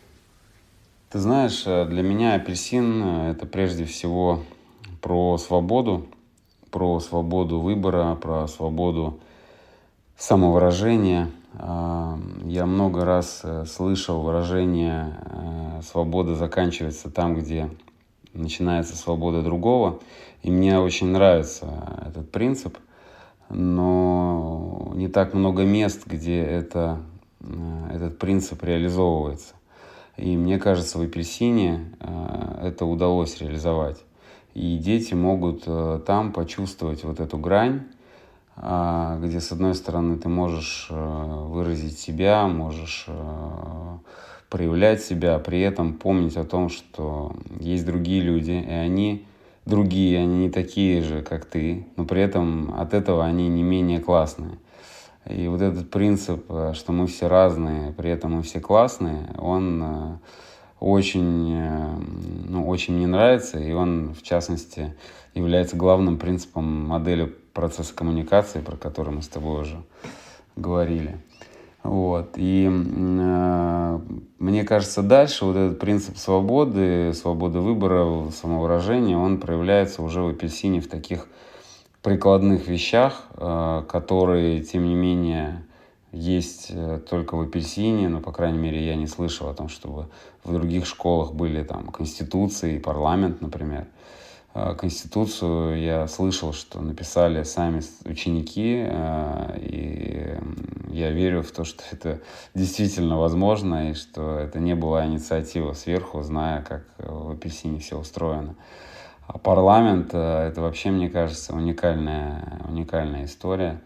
Ты знаешь, для меня «Апельсин» — это прежде всего про свободу, про свободу выбора, про свободу самовыражения. Я много раз слышал выражение «свобода заканчивается там, где начинается свобода другого». И мне очень нравится этот принцип, но не так много мест, где это, этот принцип реализовывается. И мне кажется, в «Апельсине» это удалось реализовать. И дети могут там почувствовать вот эту грань, где, с одной стороны, ты можешь выразить себя, можешь проявлять себя, при этом помнить о том, что есть другие люди, и они другие, они не такие же, как ты, но при этом от этого они не менее классные. И вот этот принцип, что мы все разные, при этом мы все классные, он очень, ну, очень мне нравится, и он, в частности, является главным принципом модели процесса коммуникации, про который мы с тобой уже говорили. Вот. И э, мне кажется, дальше вот этот принцип свободы, свободы выбора, самовыражения, он проявляется уже в «Апельсине» в таких прикладных вещах, э, которые, тем не менее, есть только в «Апельсине», но, по крайней мере, я не слышал о том, чтобы в других школах были там конституции, парламент, например. Конституцию я слышал, что написали сами ученики, и я верю в то, что это действительно возможно, и что это не была инициатива сверху, зная, как в «Апельсине» все устроено. А парламент — это вообще, мне кажется, уникальная, уникальная история.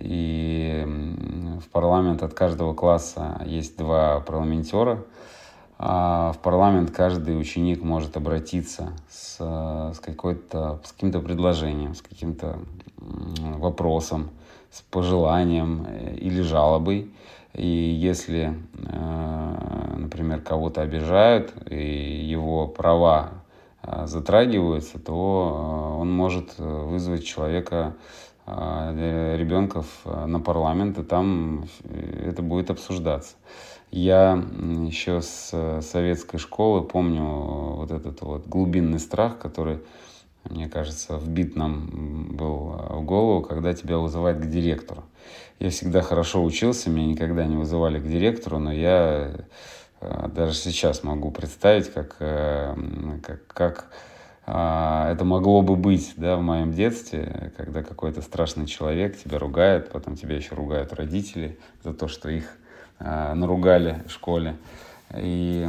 И в парламент от каждого класса есть два парламентера. А в парламент каждый ученик может обратиться с, с, какой-то, с каким-то предложением, с каким-то вопросом, с пожеланием или жалобой. И если, например, кого-то обижают и его права затрагиваются, то он может вызвать человека, ребенков на парламент, и там это будет обсуждаться. Я еще с советской школы помню вот этот вот глубинный страх, который, мне кажется, вбит нам был в голову, когда тебя вызывают к директору. Я всегда хорошо учился, меня никогда не вызывали к директору, но я даже сейчас могу представить, как, как, как это могло бы быть, да, в моем детстве, когда какой-то страшный человек тебя ругает, потом тебя еще ругают родители за то, что их наругали в школе. И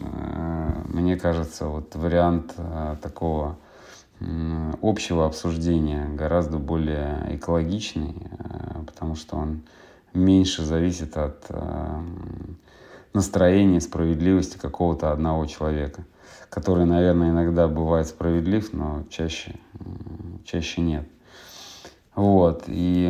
мне кажется, вот вариант такого общего обсуждения гораздо более экологичный, потому что он меньше зависит от настроения, справедливости какого-то одного человека, который, наверное, иногда бывает справедлив, но чаще, чаще нет. Вот. И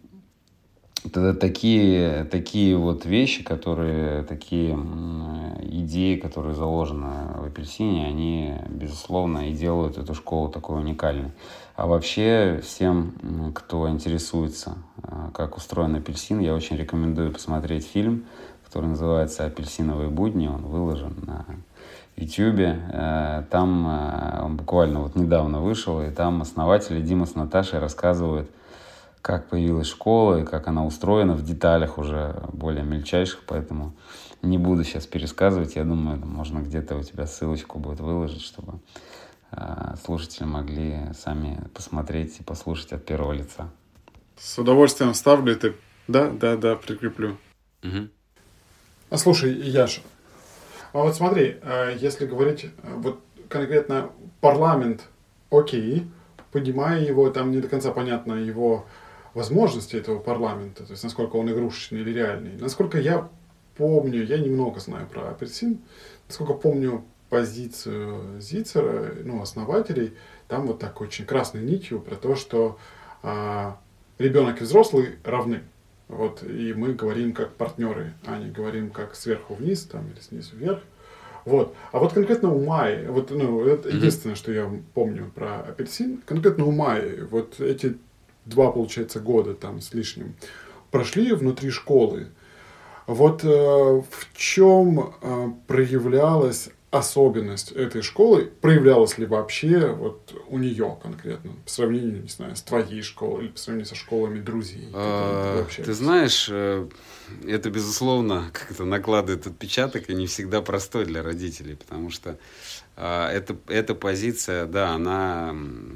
тогда такие, такие вот вещи, которые, такие идеи, которые заложены в апельсине, они, безусловно, и делают эту школу такой уникальной. А вообще всем, кто интересуется, как устроен апельсин, я очень рекомендую посмотреть фильм, который называется «Апельсиновые будни». Он выложен на Ютьюбе. Там он буквально вот недавно вышел, и там основатели Дима с Наташей рассказывают, как появилась школа и как она устроена в деталях уже более мельчайших, поэтому не буду сейчас пересказывать. Я думаю, можно где-то у тебя ссылочку будет выложить, чтобы э, слушатели могли сами посмотреть и послушать от первого лица. С удовольствием вставлю это. Да, да, да, прикреплю. Угу. А слушай, Яша, а вот смотри, если говорить вот конкретно парламент, окей, понимая его, там не до конца понятно его возможности этого парламента, то есть насколько он игрушечный или реальный. Насколько я помню, я немного знаю про апельсин, насколько помню позицию Зицера, ну, основателей, там вот так очень красной нитью про то, что а, ребенок и взрослый равны. Вот, и мы говорим как партнеры, а не говорим как сверху вниз там, или снизу вверх. Вот. А вот конкретно у Майи, вот, ну, это mm-hmm. единственное, что я помню про апельсин, конкретно у Майи, вот эти два, получается, года там с лишним прошли внутри школы. Вот э, в чем э, проявлялась особенность этой школы, проявлялась ли вообще вот у нее конкретно, по сравнению, не знаю, с твоей школой или по сравнению со школами друзей? А, ты знаешь, это, безусловно, как-то накладывает отпечаток и не всегда простой для родителей, потому что а, это, эта позиция, да, она,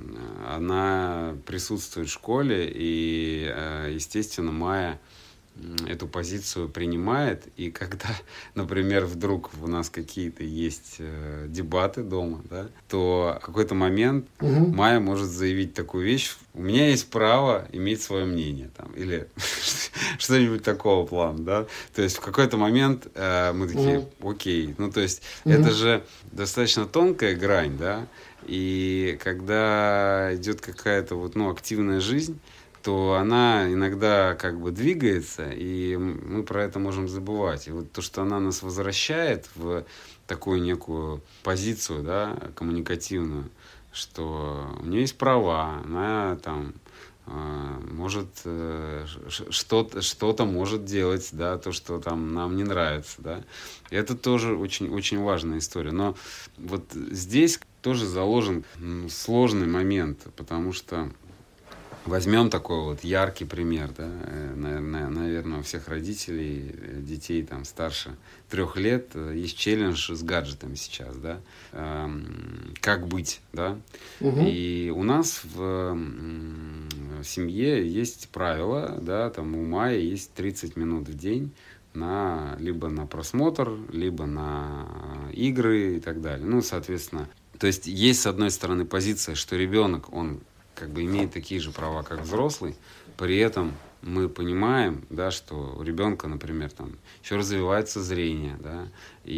она присутствует в школе, и, естественно, Майя эту позицию принимает, и когда, например, вдруг у нас какие-то есть э, дебаты дома, да, то в какой-то момент угу. Майя может заявить такую вещь: у меня есть право иметь свое мнение, там, или что-нибудь такого плана, да, то есть в какой-то момент э, мы такие, угу. окей, ну, то есть угу. это же достаточно тонкая грань, да, и когда идет какая-то вот, ну, активная жизнь, то она иногда как бы двигается, и мы про это можем забывать. И вот то, что она нас возвращает в такую некую позицию, да, коммуникативную, что у нее есть права, она там может что-то, что-то может делать, да, то, что там нам не нравится, да. И это тоже очень, очень важная история. Но вот здесь тоже заложен сложный момент, потому что возьмем такой вот яркий пример, да, наверное, наверное, у всех родителей, детей там старше трех лет есть челлендж с гаджетами сейчас, да, эм, как быть, да, угу. И у нас в, в семье есть правило, да, там у Майи есть тридцать минут в день на, либо на просмотр, либо на игры и так далее, ну, соответственно, то есть есть, с одной стороны, позиция, что ребенок, он как бы имеет такие же права, как взрослый, при этом мы понимаем, да, что у ребенка, например, там еще развивается зрение, да,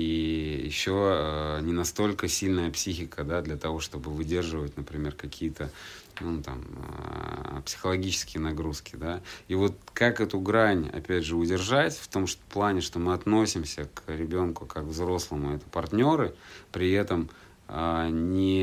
и еще э, не настолько сильная психика, да, для того, чтобы выдерживать, например, какие-то ну, там, э, психологические нагрузки, да. И вот как эту грань, опять же, удержать в том что, плане, что мы относимся к ребенку как к взрослому, это партнеры, при этом э, не,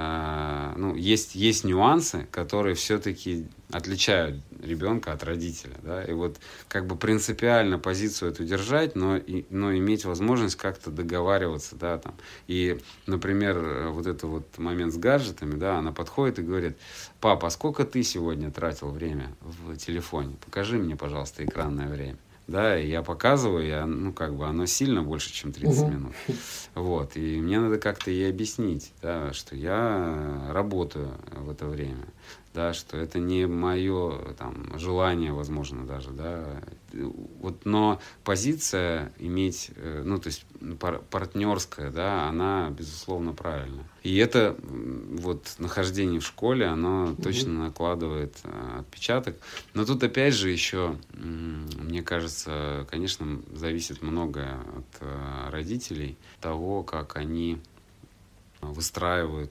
э, ну, есть, есть нюансы, которые все-таки отличают ребенка от родителя, да, и вот как бы принципиально позицию эту держать, но, и, но иметь возможность как-то договариваться, да, там, и, например, вот этот вот момент с гаджетами, да, она подходит и говорит: папа, а сколько ты сегодня тратил время в телефоне? Покажи мне, пожалуйста, экранное время. Да, и я показываю, я, ну, как бы оно сильно больше, чем тридцать uh-huh. минут. Вот, и мне надо как-то ей объяснить, да, что я работаю в это время, да, что это не мое там желание, возможно, даже, да. Вот, но позиция иметь, ну, то есть пар- партнерская, да, она, безусловно, правильная. И это вот нахождение в школе, оно uh-huh. точно накладывает а, отпечаток. Но тут опять же еще, мне кажется, конечно, зависит многое от а, родителей, того, как они выстраивают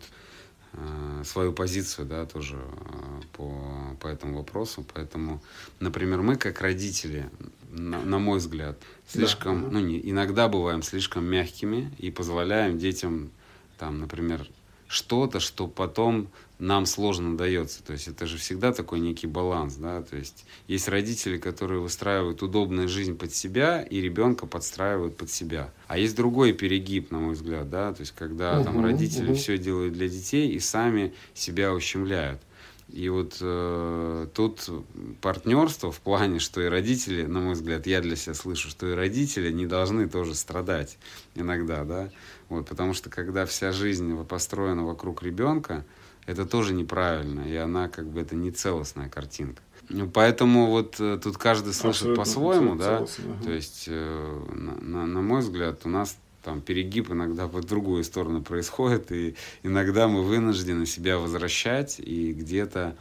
свою позицию, да, тоже по, по этому вопросу. Поэтому, например, мы как родители, на, на мой взгляд, слишком, да, ну, не, иногда бываем слишком мягкими и позволяем детям, там, например, что-то, что потом нам сложно дается. То есть это же всегда такой некий баланс, да, то есть есть родители, которые выстраивают удобную жизнь под себя и ребенка подстраивают под себя. А есть другой перегиб, на мой взгляд, да, то есть когда uh-huh, там родители uh-huh. все делают для детей и сами себя ущемляют. И вот э, тут партнерство в плане, что и родители, на мой взгляд, я для себя слышу, что и родители не должны тоже страдать иногда, да, вот, потому что когда вся жизнь построена вокруг ребенка, это тоже неправильно, и она как бы это не целостная картинка. Поэтому вот э, тут каждый слышит абсолютно, по-своему, да, целостно, ага. То есть, э, на, на, на мой взгляд, у нас там перегиб иногда в другую сторону происходит, и иногда мы вынуждены себя возвращать и где-то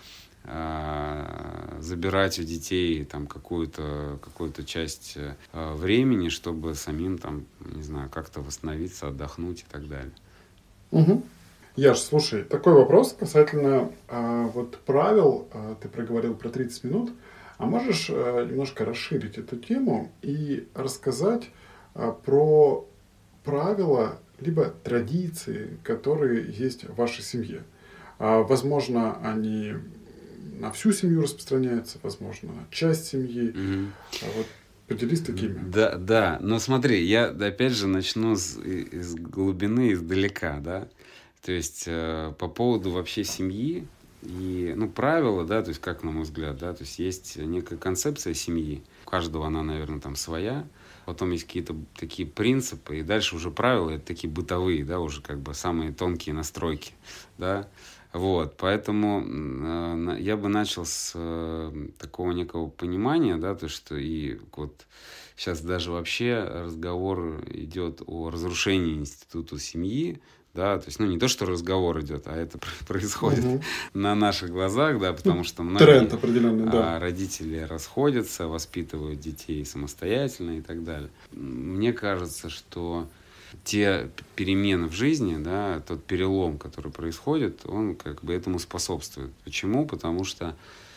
э, забирать у детей там какую-то, какую-то часть э, времени, чтобы самим там, не знаю, как-то восстановиться, отдохнуть и так далее. Угу. Яш, слушай, такой вопрос касательно э, вот правил, э, ты проговорил про тридцать минут, а можешь э, немножко расширить эту тему и рассказать э, про правила, либо традиции, которые есть в вашей семье. А, возможно, они на всю семью распространяются, возможно, на часть семьи. Mm-hmm. А вот поделись такими. Да, да, но смотри, я опять же начну с, из глубины, издалека, да. То есть э, по поводу вообще семьи и, ну, правила, да, то есть как, на мой взгляд, да, то есть есть некая концепция семьи, у каждого она, наверное, там своя. Потом есть какие-то такие принципы, и дальше уже правила, это такие бытовые, да, уже как бы самые тонкие настройки, да, вот, поэтому э, я бы начал с э, такого некого понимания, да, то, что и вот сейчас даже вообще разговор идет о разрушении института семьи, да, то есть, ну, не то, что разговор идет, а это происходит угу. на наших глазах, да, потому что многие тренд определенный, да. родители расходятся, воспитывают детей самостоятельно и так далее. Мне кажется, что те перемены в жизни, да, тот перелом, который происходит, он как бы этому способствует. Почему? Потому что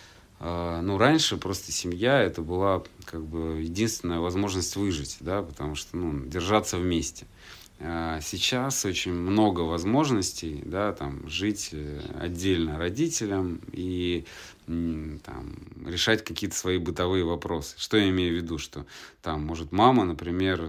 э, ну, раньше просто семья это была как бы единственная возможность выжить, да, потому что, ну, держаться вместе. Сейчас очень много возможностей, да, там, жить отдельно родителям и там, решать какие-то свои бытовые вопросы. Что я имею в виду? Что там может мама, например,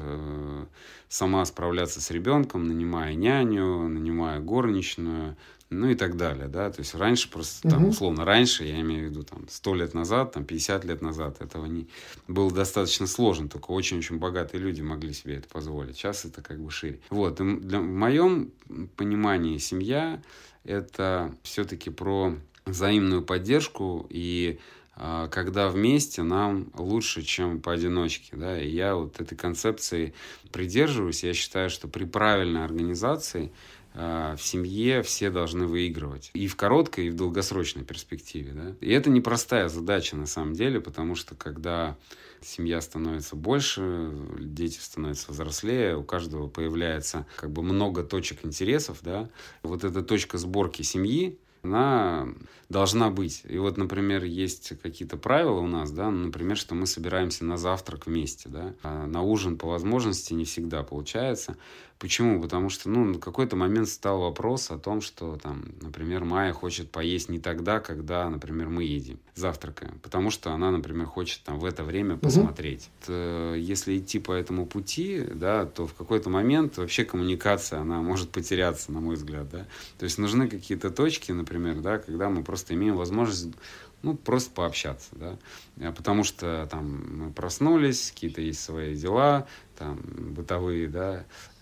сама справляться с ребенком, нанимая няню, нанимая горничную, ну и так далее, да, то есть раньше просто, там, условно, раньше, я имею в виду, там, сто лет назад, там, пятьдесят лет назад этого не было достаточно сложно, только очень-очень богатые люди могли себе это позволить, сейчас это как бы шире. Вот, и для, в моем понимании семья – это все-таки про взаимную поддержку, и а, когда вместе нам лучше, чем поодиночке, да, и я вот этой концепции придерживаюсь, я считаю, что при правильной организации в семье все должны выигрывать. И в короткой, и в долгосрочной перспективе. Да? И это непростая задача на самом деле, потому что когда семья становится больше, дети становятся взрослее, у каждого появляется как бы много точек интересов. Да? Вот эта точка сборки семьи, она должна быть. И вот, например, есть какие-то правила у нас, да, например, что мы собираемся на завтрак вместе, да, а на ужин по возможности не всегда получается. Почему? Потому что, ну, на какой-то момент стал вопрос о том, что, там, например, Майя хочет поесть не тогда, когда, например, мы едим, завтракаем, потому что она, например, хочет там в это время посмотреть. Угу. Если идти по этому пути, да, то в какой-то момент вообще коммуникация, она может потеряться, на мой взгляд, да. То есть нужны какие-то точки, например, да, когда мы просто имеем возможность, ну, просто пообщаться, да, потому что там мы проснулись, какие-то есть свои дела, там, бытовые, да,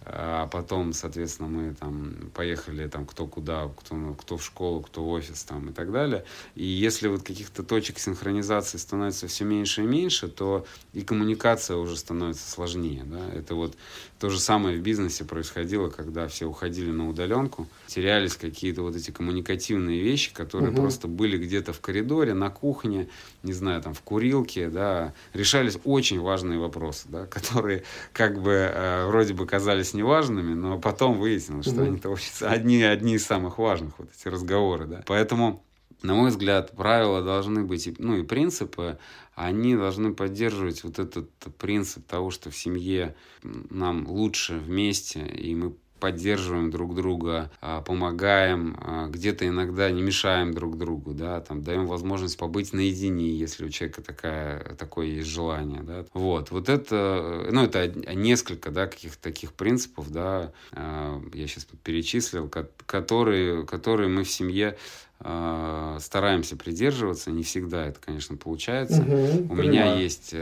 а потом, соответственно, мы там поехали там кто куда, кто, кто в школу, кто в офис там и так далее. И если вот каких-то точек синхронизации становится все меньше и меньше, то и коммуникация уже становится сложнее, да. Это вот то же самое в бизнесе происходило, когда все уходили на удаленку, терялись какие-то вот эти коммуникативные вещи, которые угу. просто были где-то в коридоре, на кухне, не знаю, там в курилке, да, решались очень важные вопросы, да, которые как бы э, вроде бы казались неважными, но потом выяснилось, что mm-hmm. они-то очень, одни, одни из самых важных, вот эти разговоры, да. Поэтому, на мой взгляд, правила должны быть, ну и принципы, они должны поддерживать вот этот принцип того, что в семье нам лучше вместе, и мы поддерживаем друг друга, помогаем, где-то иногда не мешаем друг другу, да, там, даем возможность побыть наедине, если у человека такая, такое есть желание, да. Вот, вот это, ну, это несколько, да, каких-то таких принципов, да, я сейчас перечислил, которые, которые мы в семье стараемся придерживаться, не всегда это, конечно, получается. Угу, у понимаю. Меня есть,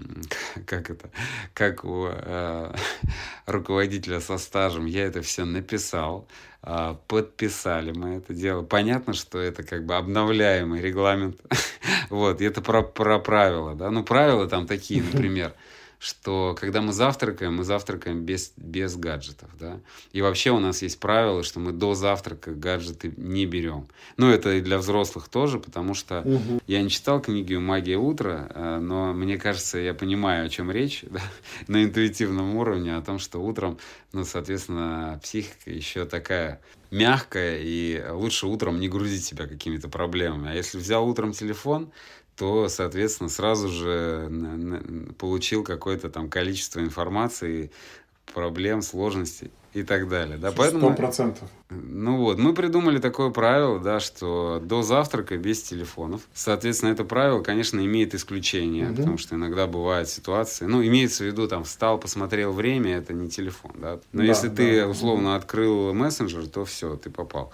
как это, как у э, руководителя со стажем, я это все написал, э, подписали мы это дело. Понятно, что это как бы обновляемый регламент. Вот, и это про, про правила, да. Ну, правила там такие, например, что когда мы завтракаем, мы завтракаем без, без гаджетов, да. И вообще у нас есть правило, что мы до завтрака гаджеты не берем. Ну, это и для взрослых тоже, потому что угу. я не читал книгу «Магия утра», но мне кажется, я понимаю, о чем речь, да, на интуитивном уровне, о том, что утром, ну, соответственно, психика еще такая мягкая, и лучше утром не грузить себя какими-то проблемами. А если взял утром телефон, то, соответственно, сразу же получил какое-то там количество информации, проблем, сложностей и так далее. Да? Сто процентов. Ну вот, мы придумали такое правило, да, что до завтрака без телефонов. Соответственно, это правило, конечно, имеет исключения, угу. потому что иногда бывают ситуации, ну, имеется в виду, там, встал, посмотрел время, это не телефон, да. Но да, если да, ты, да. условно, открыл мессенджер, то все, ты попал.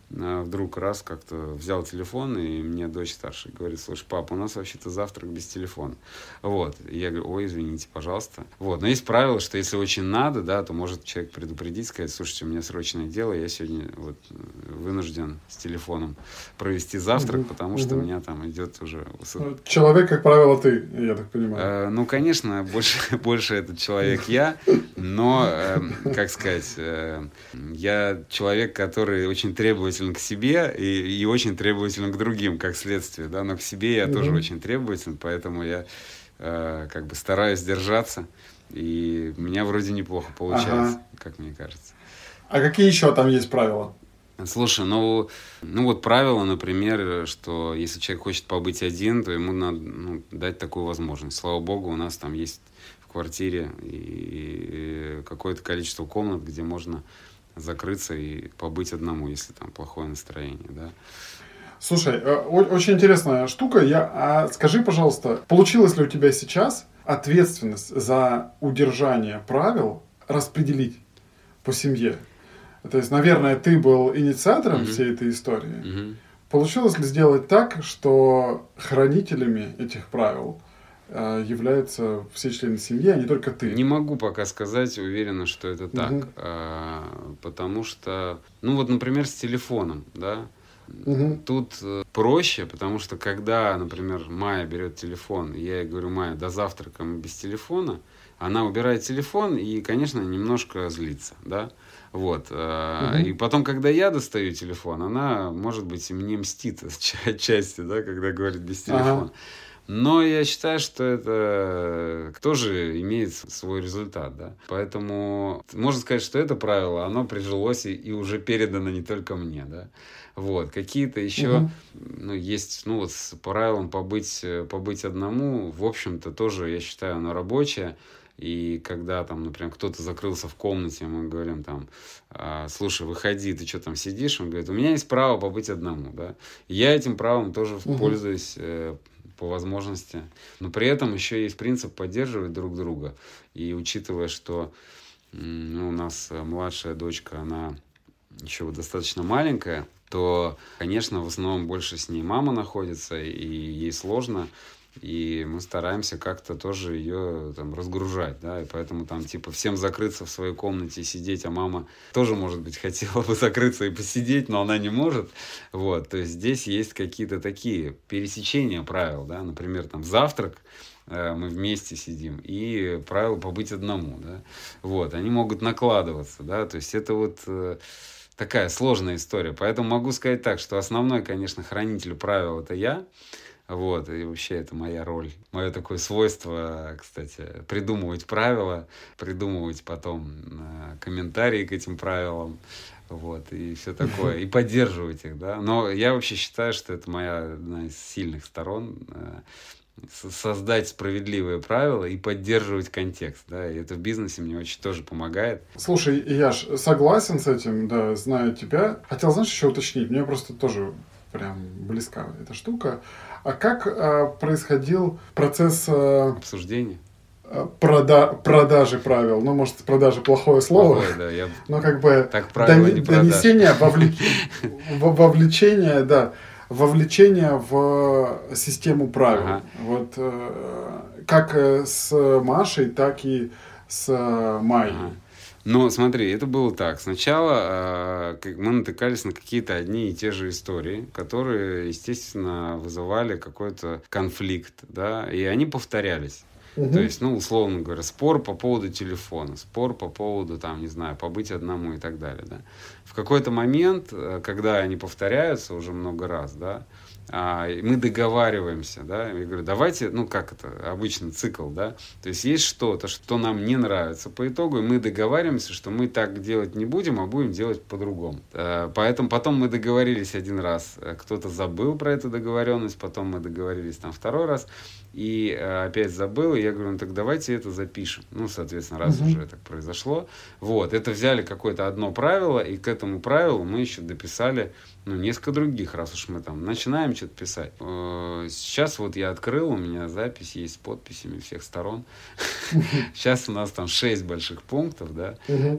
Вдруг раз как-то взял телефон, и мне дочь старшая говорит: слушай, папа, у нас вообще-то завтрак без телефона. Вот. И я говорю: ой, извините, пожалуйста. Вот. Но есть правило, что если очень надо, да, то может человек предупредить, сказать: слушайте, у меня срочное дело, я сегодня вот вынужден с телефоном провести завтрак, угу, потому угу. что у меня там идет уже... Человек, как правило, ты, я так понимаю. Э, ну, конечно, больше, больше этот человек я, но, э, как сказать, э, я человек, который очень требовательный к себе и, и очень требователен к другим, как следствие, да, но к себе я mm-hmm. тоже очень требователен, поэтому я э, как бы стараюсь держаться, и у меня вроде неплохо получается, ага. как мне кажется. А какие еще там есть правила? Слушай, ну, ну вот правило, например, что если человек хочет побыть один, то ему надо, ну, дать такую возможность. Слава богу, у нас там есть в квартире и, и какое-то количество комнат, где можно закрыться и побыть одному, если там плохое настроение, да. Слушай, очень интересная штука. Я, а скажи, пожалуйста, получилось ли у тебя сейчас ответственность за удержание правил распределить по семье? То есть, наверное, ты был инициатором mm-hmm. всей этой истории. Mm-hmm. Получилось ли сделать так, что хранителями этих правил являются все члены семьи, а не только ты? Не могу пока сказать уверенно, что это так. Угу. А, потому что, ну вот, например, с телефоном, да, угу. тут проще, потому что когда, например, Майя берет телефон, я ей говорю: Майя, до завтрака мы без телефона, она убирает телефон и, конечно, немножко злится, да. Вот. Угу. И потом, когда я достаю телефон, она, может быть, мне мстит отчасти, да, когда говорит без телефона. Ага. Но я считаю, что это тоже имеет свой результат, да. Поэтому можно сказать, что это правило, оно прижилось и, и уже передано не только мне, да. Вот. Какие-то еще, угу. ну, есть, ну, вот с правилом побыть, побыть одному, в общем-то, тоже, я считаю, оно рабочее. И когда там, например, кто-то закрылся в комнате, мы говорим там, слушай, выходи, ты что там сидишь? Он говорит, у меня есть право побыть одному, да. И я этим правом тоже угу. пользуюсь э, по возможности. Но при этом еще есть принцип поддерживать друг друга. И учитывая, что ну, у нас младшая дочка, она еще достаточно маленькая, то, конечно, в основном больше с ней мама находится, и ей сложно. И мы стараемся как-то тоже ее там разгружать, да, и поэтому там типа всем закрыться в своей комнате и сидеть, а мама тоже, может быть, хотела бы закрыться и посидеть, но она не может, вот, то есть здесь есть какие-то такие пересечения правил, да, например, там завтрак, э, мы вместе сидим, и правило побыть одному, да, вот, они могут накладываться, да, то есть это вот... Э, такая сложная история, поэтому могу сказать так, что основной, конечно, хранитель правил это я. Вот, и вообще это моя роль, мое такое свойство, кстати, придумывать правила, придумывать потом э, комментарии к этим правилам, вот, и все такое, и поддерживать их, да. Но я вообще считаю, что это моя одна из сильных сторон, э, создать справедливые правила и поддерживать контекст, да, и это в бизнесе мне очень тоже помогает. Слушай, я ж согласен с этим, да, знаю тебя. Хотел, знаешь, еще уточнить, мне просто тоже прям близка эта штука. А как а, происходил процесс... А, обсуждения? Прода- продажи правил. Ну, может, продажи плохое слово. Плохое, да, я... Но как бы так правило не продаж. Донесение, вовлек... вовлечение, да, вовлечение в систему правил. Ага. Вот э, как с Машей, так и с Майей. Ага. Ну, смотри, это было так. Сначала э, мы натыкались на какие-то одни и те же истории, которые, естественно, вызывали какой-то конфликт, да, и они повторялись. Угу. То есть, ну, условно говоря, спор по поводу телефона, спор по поводу, там, не знаю, побыть одному и так далее, да. В какой-то момент, когда они повторяются уже много раз, да, мы договариваемся, да, я говорю, давайте, ну, как это, обычный цикл, да, то есть есть что-то, что нам не нравится по итогу, и мы договариваемся, что мы так делать не будем, а будем делать по-другому. Поэтому потом мы договорились один раз, кто-то забыл про эту договоренность, потом мы договорились там второй раз, и опять забыл, и я говорю, ну, так давайте это запишем. Ну, соответственно, раз угу. уже так произошло. Вот, это взяли какое-то одно правило, и к этому правилу мы еще дописали, ну, несколько других, раз уж мы там начинаем что-то писать. Сейчас вот я открыл, у меня запись есть с подписями всех сторон. Сейчас у нас там шесть больших пунктов, да.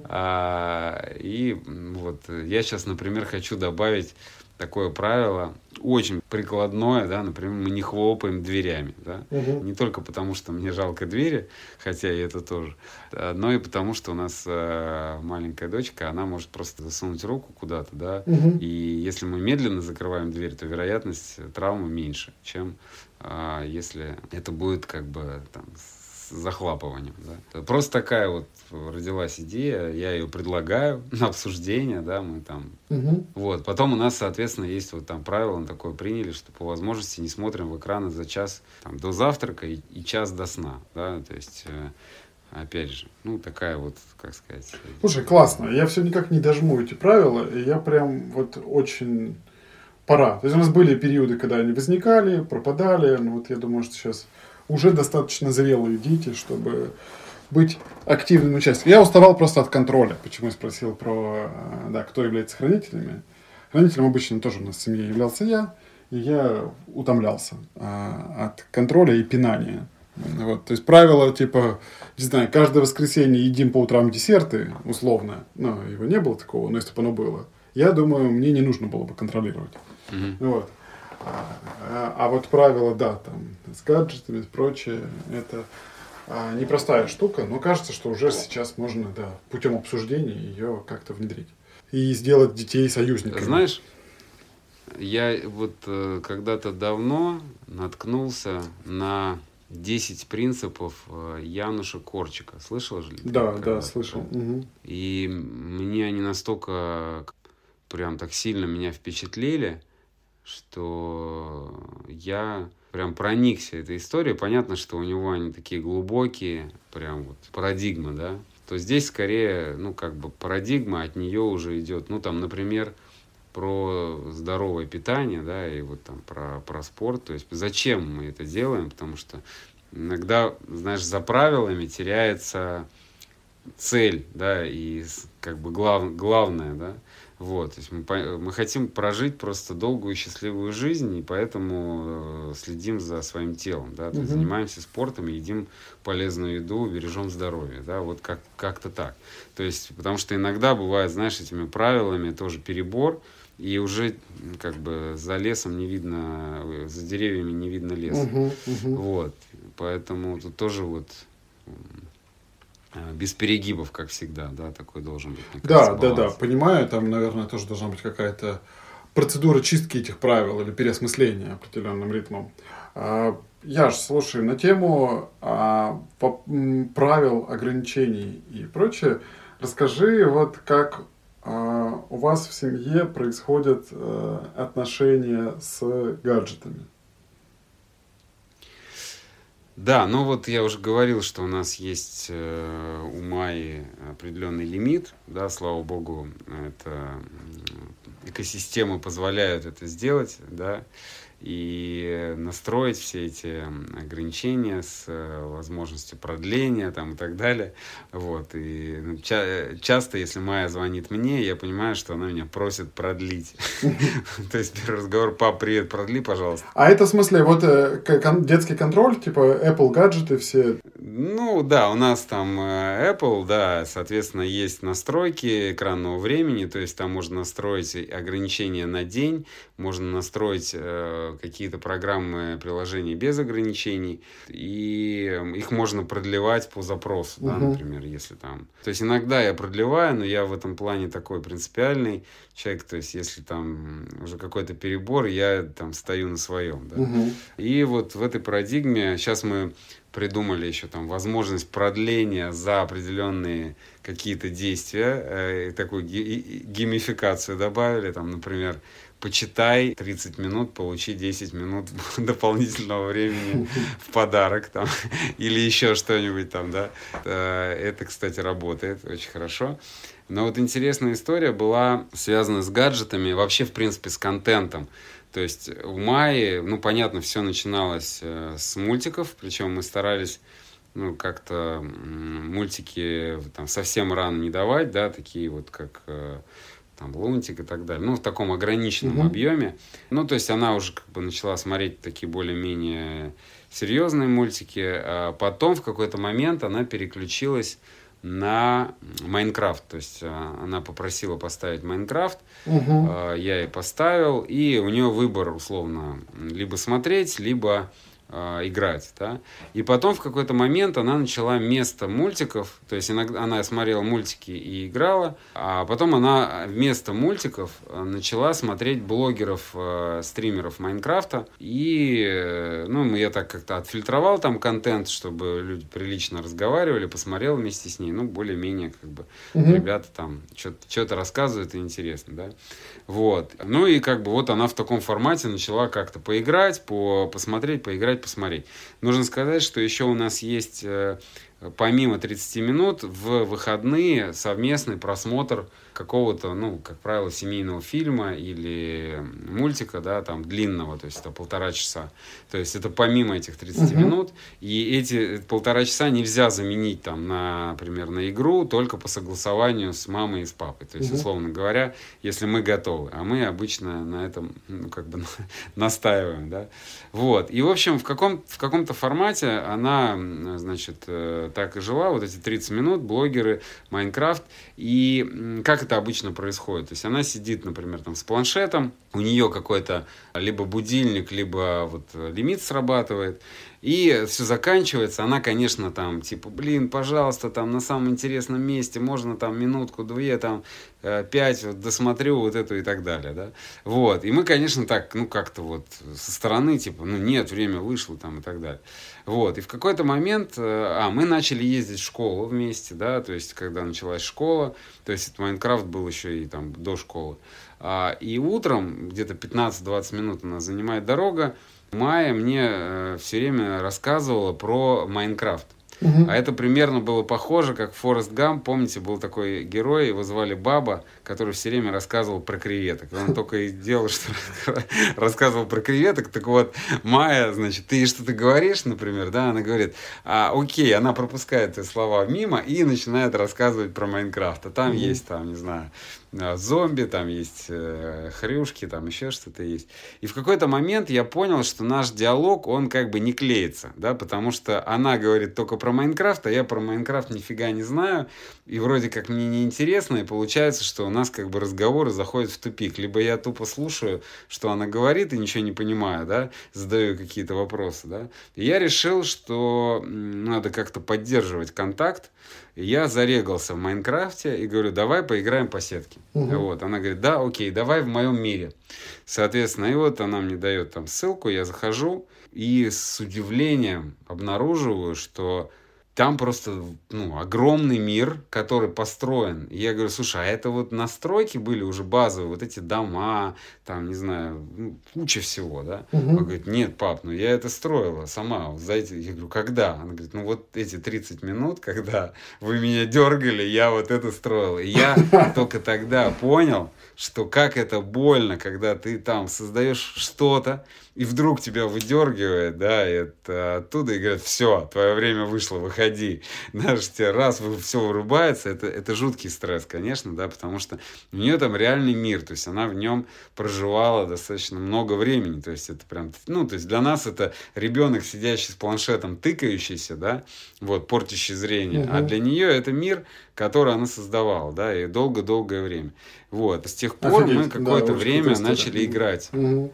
И вот я сейчас, например, хочу добавить такое правило, очень прикладное, да, например, мы не хлопаем дверями, да, угу. не только потому, что мне жалко двери, хотя и это тоже, но и потому, что у нас э, маленькая дочка, она может просто засунуть руку куда-то, да, угу. и если мы медленно закрываем дверь, то вероятность травмы меньше, чем э, если это будет как бы там с захлапыванием, да. Просто такая вот родилась идея, я ее предлагаю на обсуждение, да, мы там, угу. вот, потом у нас, соответственно, есть вот там правило такое приняли, что по возможности не смотрим в экраны за час там, до завтрака и, и час до сна, да, то есть, э, опять же, ну, такая вот, как сказать. Слушай, классно, я все никак не дожму эти правила, и я прям вот очень пора, то есть у нас были периоды, когда они возникали, пропадали, но вот я думаю, что сейчас уже достаточно зрелые дети, чтобы быть активным участником. Я уставал просто от контроля. Почему я спросил про, да, кто является хранителями. Хранителем обычно тоже у нас в семье являлся я, и я утомлялся а, от контроля и пинания. Вот, то есть правило типа, не знаю, каждое воскресенье едим по утрам десерты, условно, но его не было такого, но если бы оно было, я думаю, мне не нужно было бы контролировать. Mm-hmm. Вот. А, а вот правила, да, там, с гаджетами и прочее, это а, непростая штука, но кажется, что уже сейчас можно, да, путем обсуждения ее как-то внедрить. И сделать детей союзниками. Знаешь, я вот э, когда-то давно наткнулся на десять принципов Януша Корчика. Слышал же? Да, да, слышал. Угу. И мне они настолько прям так сильно меня впечатлили, что я прям проникся этой историей. Понятно, что у него они такие глубокие, прям вот парадигма, да. То здесь скорее, ну, как бы парадигма от нее уже идет. Ну, там, например, про здоровое питание, да, и вот там про, про спорт. То есть зачем мы это делаем? Потому что иногда, знаешь, за правилами теряется цель, да, и как бы глав, главное, да. Вот, то есть мы, мы хотим прожить просто долгую и счастливую жизнь, и поэтому следим за своим телом, да, то есть Угу. занимаемся спортом, едим полезную еду, бережем здоровье, да, вот как, как-то так. То есть, потому что иногда бывает, знаешь, этими правилами тоже перебор, и уже как бы за лесом не видно, за деревьями не видно леса. Угу, угу. Вот, поэтому тут тоже вот без перегибов, как всегда, да, такой должен быть. Мне Да, кажется, да, да, понимаю, там, наверное, тоже должна быть какая-то процедура чистки этих правил или переосмысления определенным ритмом. А, Яш, слушай, на тему а, по, м, правил, ограничений и прочее, расскажи, вот как а, у вас в семье происходят а, отношения с гаджетами. Да, ну вот я уже говорил, что у нас есть э, у Майи определенный лимит, да, слава богу, это экосистемы позволяют это сделать, да, и настроить все эти ограничения с возможностью продления там, и так далее. Вот. И ча- часто, если Майя звонит мне, я понимаю, что она меня просит продлить. То есть первый разговор: пап, привет, продли, пожалуйста. А это в смысле вот детский контроль, типа Apple гаджеты все? Ну да, у нас там Apple, да, соответственно, есть настройки экранного времени, то есть там можно настроить ограничения на день, можно настроить какие-то программы, приложения без ограничений, и их можно продлевать по запросу, да, uh-huh. например, если там... То есть иногда я продлеваю, но я в этом плане такой принципиальный человек, то есть если там уже какой-то перебор, я там стою на своем, да. Uh-huh. И вот в этой парадигме сейчас мы придумали еще там возможность продления за определенные какие-то действия, э, такую ги- геймификацию добавили, там, например, почитай тридцать минут, получи десять минут дополнительного времени в подарок там, или еще что-нибудь там, да. Это, кстати, работает очень хорошо. Но вот интересная история была связана с гаджетами, вообще, в принципе, с контентом. То есть у Майи, ну, понятно, все начиналось с мультиков, причем мы старались, ну, как-то мультики там совсем рано не давать, да, такие вот, как... там, Лунтик и так далее, ну, в таком ограниченном uh-huh. объеме. Ну, то есть она уже как бы начала смотреть такие более-менее серьезные мультики, а потом в какой-то момент она переключилась на Майнкрафт, то есть она попросила поставить Майнкрафт, uh-huh. я ей поставил, и у нее выбор, условно, либо смотреть, либо играть, да, и потом в какой-то момент она начала вместо мультиков, то есть иногда она смотрела мультики и играла, а потом она вместо мультиков начала смотреть блогеров, стримеров Майнкрафта, и, ну, я так как-то отфильтровал там контент, чтобы люди прилично разговаривали, посмотрел вместе с ней, ну, более-менее, как бы, угу. ребята там что-то, что-то рассказывают и интересно, да, вот, ну, и как бы вот она в таком формате начала как-то поиграть, по, посмотреть, поиграть, посмотреть. Нужно сказать, что еще у нас есть, помимо тридцати минут, в выходные совместный просмотр какого-то, ну, как правило, семейного фильма или мультика, да, там, длинного, то есть это полтора часа. То есть это помимо этих тридцати uh-huh. минут. И эти полтора часа нельзя заменить, там, на, например, на игру только по согласованию с мамой и с папой. То есть, uh-huh. условно говоря, если мы готовы. А мы обычно на этом, ну, как бы настаиваем, да. Вот. И, в общем, в, каком, в каком-то формате она, значит, так и жила, вот эти тридцать минут, блогеры, Майнкрафт. И как это обычно происходит? То есть она сидит, например, там, с планшетом, у нее какой-то либо будильник, либо вот лимит срабатывает, И все заканчивается, она, конечно, там, типа, блин, пожалуйста, там, на самом интересном месте, можно там минутку, две, там, пять, вот, досмотрю вот эту и так далее, да. Вот, и мы, конечно, так, ну, как-то вот со стороны, типа, ну, нет, время вышло, там, и так далее. Вот, и в какой-то момент, а, мы начали ездить в школу вместе, да, то есть, когда началась школа, то есть, это Майнкрафт был еще и там до школы. А, и утром, где-то пятнадцать-двадцать минут у нас занимает дорога, Майя мне э, все время рассказывала про Майнкрафт. Uh-huh. А это примерно было похоже, как Форест Гамп. Помните, был такой герой, его звали Баба, который все время рассказывал про креветок. Он только и делал, что рассказывал про креветок. Так вот, Майя, значит, ты что-то говоришь, например, да, она говорит, а, окей, она пропускает эти слова мимо и начинает рассказывать про Майнкрафт. А там uh-huh. есть, там, не знаю, зомби, там есть э, хрюшки, там еще что-то есть. И в какой-то момент я понял, что наш диалог, он как бы не клеится, да, потому что она говорит только про Майнкрафт, а я про Майнкрафт нифига не знаю, и вроде как мне неинтересно, и получается, что у нас как бы разговоры заходят в тупик. Либо я тупо слушаю, что она говорит, и ничего не понимаю, да, задаю какие-то вопросы, да. И я решил, что надо как-то поддерживать контакт. Я зарегался в Майнкрафте и говорю, давай поиграем по сетке. Угу. Вот, она говорит, да, окей, давай в моем мире. Соответственно, и вот она мне дает там ссылку, я захожу и с удивлением обнаруживаю, что там просто, ну, огромный мир, который построен. И я говорю, слушай, а это вот настройки были уже базовые, вот эти дома, там, не знаю, ну, куча всего, да? Угу. Она говорит, нет, пап, ну я это строила сама. За эти... Я говорю, когда? Она говорит, ну вот эти тридцать минут, когда вы меня дергали, я вот это строила. И я только тогда понял, что как это больно, когда ты там создаешь что-то, и вдруг тебя выдергивает, да, и это оттуда, и говорят, все, твое время вышло, выходи. Знаешь, тебе раз все вырубается, это, это жуткий стресс, конечно, да, потому что у нее там реальный мир, то есть она в нем проживала достаточно много времени, то есть это прям, ну, то есть для нас это ребенок, сидящий с планшетом, тыкающийся, да, вот, портящий зрение, угу. А для нее это мир, который она создавала, да, и долго-долгое время. Вот, с тех пор Офигеть, мы какое-то да, время начали играть. Угу.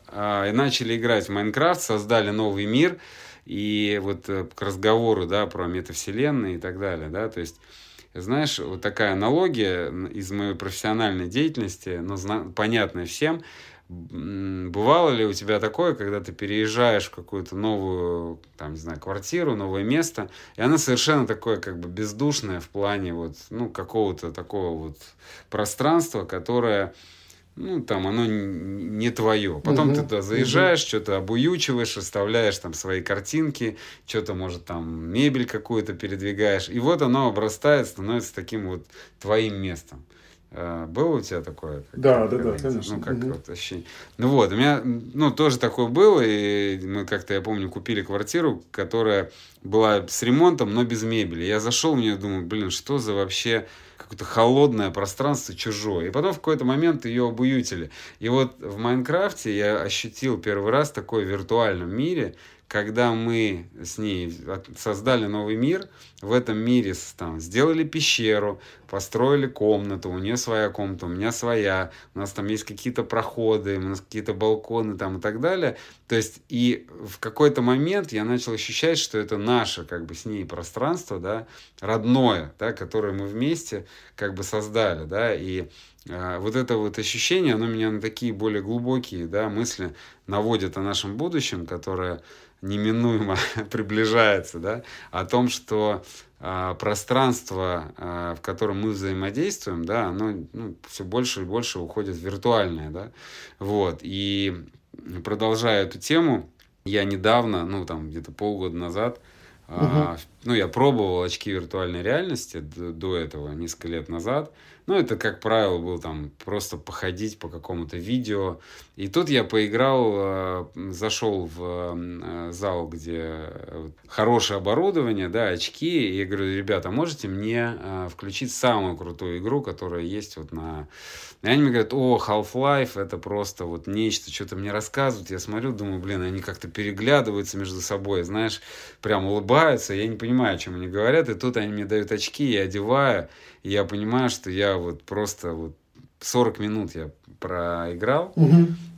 И начали играть в Майнкрафт, создали новый мир, и вот к разговору, да, про метавселенные и так далее, да, то есть, знаешь, вот такая аналогия из моей профессиональной деятельности, но зна- понятная всем. Бывало ли у тебя такое, когда ты переезжаешь в какую-то новую, там, не знаю, квартиру, новое место, и она совершенно такое, как бы, бездушное в плане вот, ну, какого-то такого вот пространства, которое, ну, там, оно не твое. Потом uh-huh. ты туда заезжаешь, uh-huh. что-то обуючиваешь, расставляешь там свои картинки, что-то, может, там, мебель какую-то передвигаешь. И вот оно обрастает, становится таким вот твоим местом. Было у тебя такое? Как, да, как, да, да, конечно. Ну, как угу. вот ощущение. Ну, вот, у меня, ну, тоже такое было, и мы как-то, я помню, купили квартиру, которая была с ремонтом, но без мебели. Я зашел в нее, думаю, блин, что за вообще какое-то холодное пространство чужое. И потом в какой-то момент ее обуютили. И вот в Майнкрафте я ощутил первый раз в такой виртуальном мире, когда мы с ней создали новый мир, в этом мире там, сделали пещеру, построили комнату, у нее своя комната, у меня своя, у нас там есть какие-то проходы, у нас какие-то балконы там, и так далее. То есть и в какой-то момент я начал ощущать, что это наше как бы с ней пространство, да, родное, да, которое мы вместе как бы создали, да, и а, вот это вот ощущение, оно меня на такие более глубокие, да, мысли наводит о нашем будущем, которое неминуемо приближается, да, о том, что а, пространство, а, в котором мы взаимодействуем, да, оно ну, все больше и больше уходит в виртуальное, да, вот, и продолжая эту тему, я недавно, ну, там, где-то полгода назад, угу. а, ну, я пробовал очки виртуальной реальности до, до этого, несколько лет назад. Ну, это, как правило, было там просто походить по какому-то видео. И тут я поиграл, зашел в зал, где хорошее оборудование, да, очки. И я говорю, ребята, можете мне включить самую крутую игру, которая есть вот на... И они мне говорят, о, Half-Life, это просто вот нечто, что-то мне рассказывают. Я смотрю, думаю, блин, они как-то переглядываются между собой, знаешь, прям улыбаются. Я не понимаю, о чем они говорят. И тут они мне дают очки, я одеваю. И я понимаю, что я вот просто вот сорок минут я проиграл. Угу.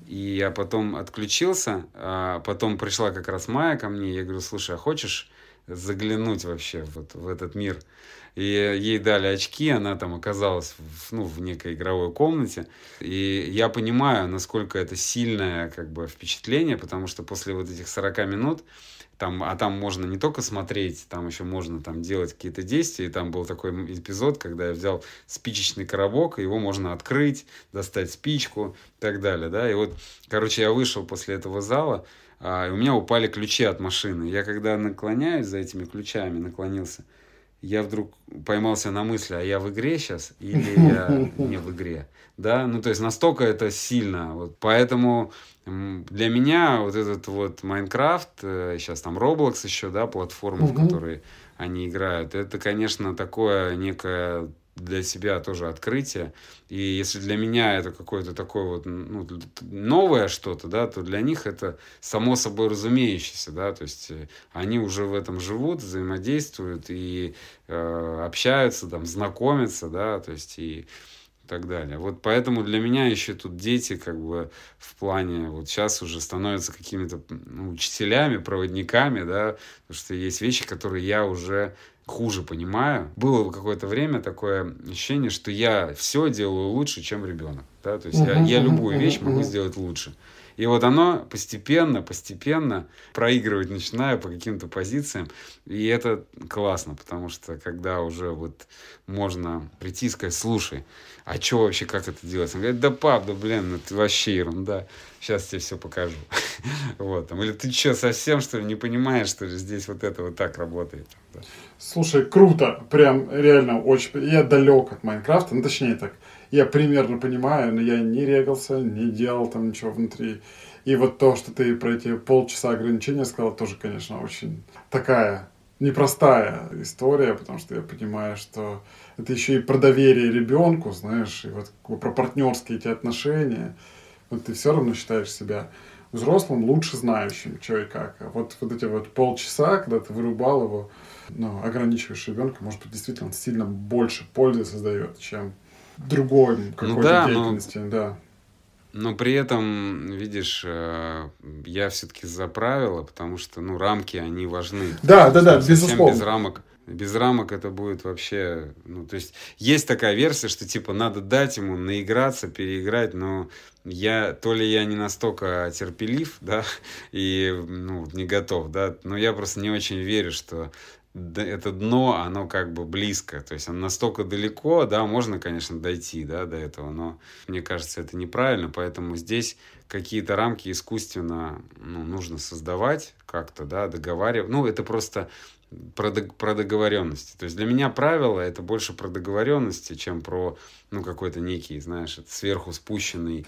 И я потом отключился, а потом пришла как раз Майя ко мне, я говорю, слушай, а хочешь заглянуть вообще вот в этот мир? И ей дали очки, она там оказалась в, ну, в некой игровой комнате. И я понимаю, насколько это сильное как бы впечатление, потому что после вот этих сорока минут, там, а там можно не только смотреть, там еще можно там делать какие-то действия. И там был такой эпизод, когда я взял спичечный коробок, и его можно открыть, достать спичку и так далее. Да? И вот, короче, я вышел после этого зала, а, и у меня упали ключи от машины. Я когда наклоняюсь за этими ключами, наклонился, я вдруг поймался на мысли, а я в игре сейчас или я не в игре? Да, ну то есть настолько это сильно. Вот, поэтому для меня вот этот вот Майнкрафт, сейчас там Roblox еще, да, платформы, в которые они играют, это, конечно, такое некое для себя тоже открытие. И если для меня это какое-то такое вот, ну, новое что-то, да, то для них это само собой разумеющееся, да, то есть они уже в этом живут, взаимодействуют и э, общаются, там, знакомятся, да, то есть и так далее. Вот поэтому для меня еще тут дети как бы в плане вот сейчас уже становятся какими-то, ну, учителями, проводниками, да, потому что есть вещи, которые я уже хуже понимаю. Было какое-то время такое ощущение, что я все делаю лучше, чем ребенок. Да? То есть uh-huh, я, я любую uh-huh, вещь могу uh-huh. сделать лучше. И вот оно постепенно, постепенно проигрывать начинаю по каким-то позициям. И это классно, потому что когда уже вот можно прийти и сказать, слушай, а что вообще, как это делать? Он говорит, да пап, да блин, ну это вообще ерунда. Сейчас тебе все покажу. Вот, там. Или ты что, совсем, что ли, не понимаешь, что ли, здесь вот это вот так работает? Да. Слушай, круто. Прям реально очень... Я далек от Майнкрафта, ну точнее так. Я примерно понимаю, но я не регался, не делал там ничего внутри. И вот то, что ты про эти полчаса ограничения сказал, тоже, конечно, очень такая непростая история, потому что я понимаю, что это еще и про доверие ребенку, знаешь, и вот про партнерские эти отношения. Вот ты все равно считаешь себя взрослым, лучше знающим, что и как. А вот, вот эти вот полчаса, когда ты вырубал его, ну, ограничиваешь ребенка, может быть, действительно сильно больше пользы создает, чем другой какой-то ну, да, деятельности. Но, да. но при этом, видишь, я все-таки за правила, потому что, ну, рамки, они важны. Да, да, да, безусловно. Без рамок. Без рамок это будет вообще... Ну, то есть, есть такая версия, что, типа, надо дать ему наиграться, переиграть, но я... То ли я не настолько терпелив, да, и, ну, не готов, да, но я просто не очень верю, что это дно, оно как бы близко, то есть оно настолько далеко, да, можно, конечно, дойти, да, до этого, но мне кажется, это неправильно, поэтому здесь какие-то рамки искусственно, ну, нужно создавать как-то, да, договаривать, ну, это просто про, про договоренности, то есть для меня правило это больше про договоренности, чем про, ну, какой-то некий, знаешь, сверху спущенный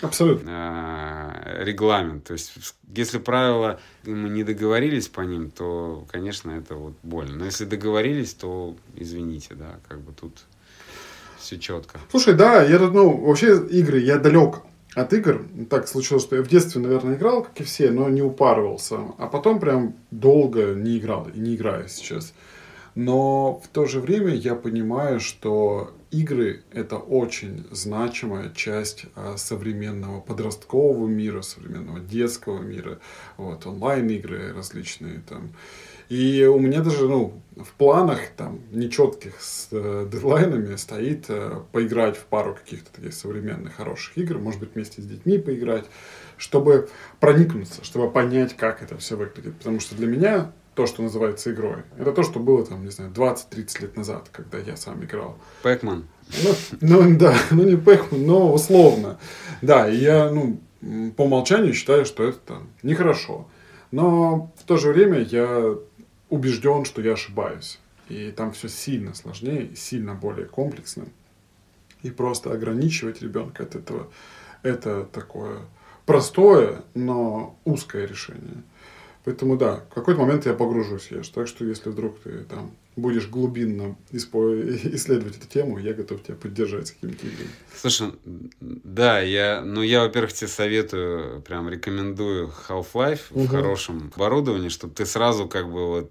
э, регламент, то есть если правила мы не договорились по ним, то, конечно, это вот больно, но если договорились, то извините, да, как бы тут все четко. Слушай, да, я, ну, вообще игры, я далек от игр. Так случилось, что я в детстве, наверное, играл, как и все, но не упарывался. А потом прям долго не играл и не играю сейчас. Но в то же время я понимаю, что игры – это очень значимая часть современного подросткового мира, современного детского мира. Вот, онлайн-игры различные там. И у меня даже, ну, в планах там нечетких с э, дедлайнами стоит э, поиграть в пару каких-то таких современных хороших игр, может быть, вместе с детьми поиграть, чтобы проникнуться, чтобы понять, как это все выглядит. Потому что для меня то, что называется игрой, это то, что было там, не знаю, двадцать-тридцать лет назад, когда я сам играл. Пэкман. Ну, ну да, ну не Пэкман, но условно. Да, и я, ну, по умолчанию считаю, что это там нехорошо. Но в то же время я убежден, что я ошибаюсь. И там все сильно сложнее, сильно более комплексно. И просто ограничивать ребенка от этого, это такое простое, но узкое решение. Поэтому да, в какой-то момент я погружусь, Еш. Так что если вдруг ты там будешь глубинно исследовать эту тему, я готов тебя поддержать с какими-то играми. Слушай, да, я, ну я, во-первых, тебе советую, прям рекомендую Half-Life угу. в хорошем оборудовании, чтобы ты сразу как бы вот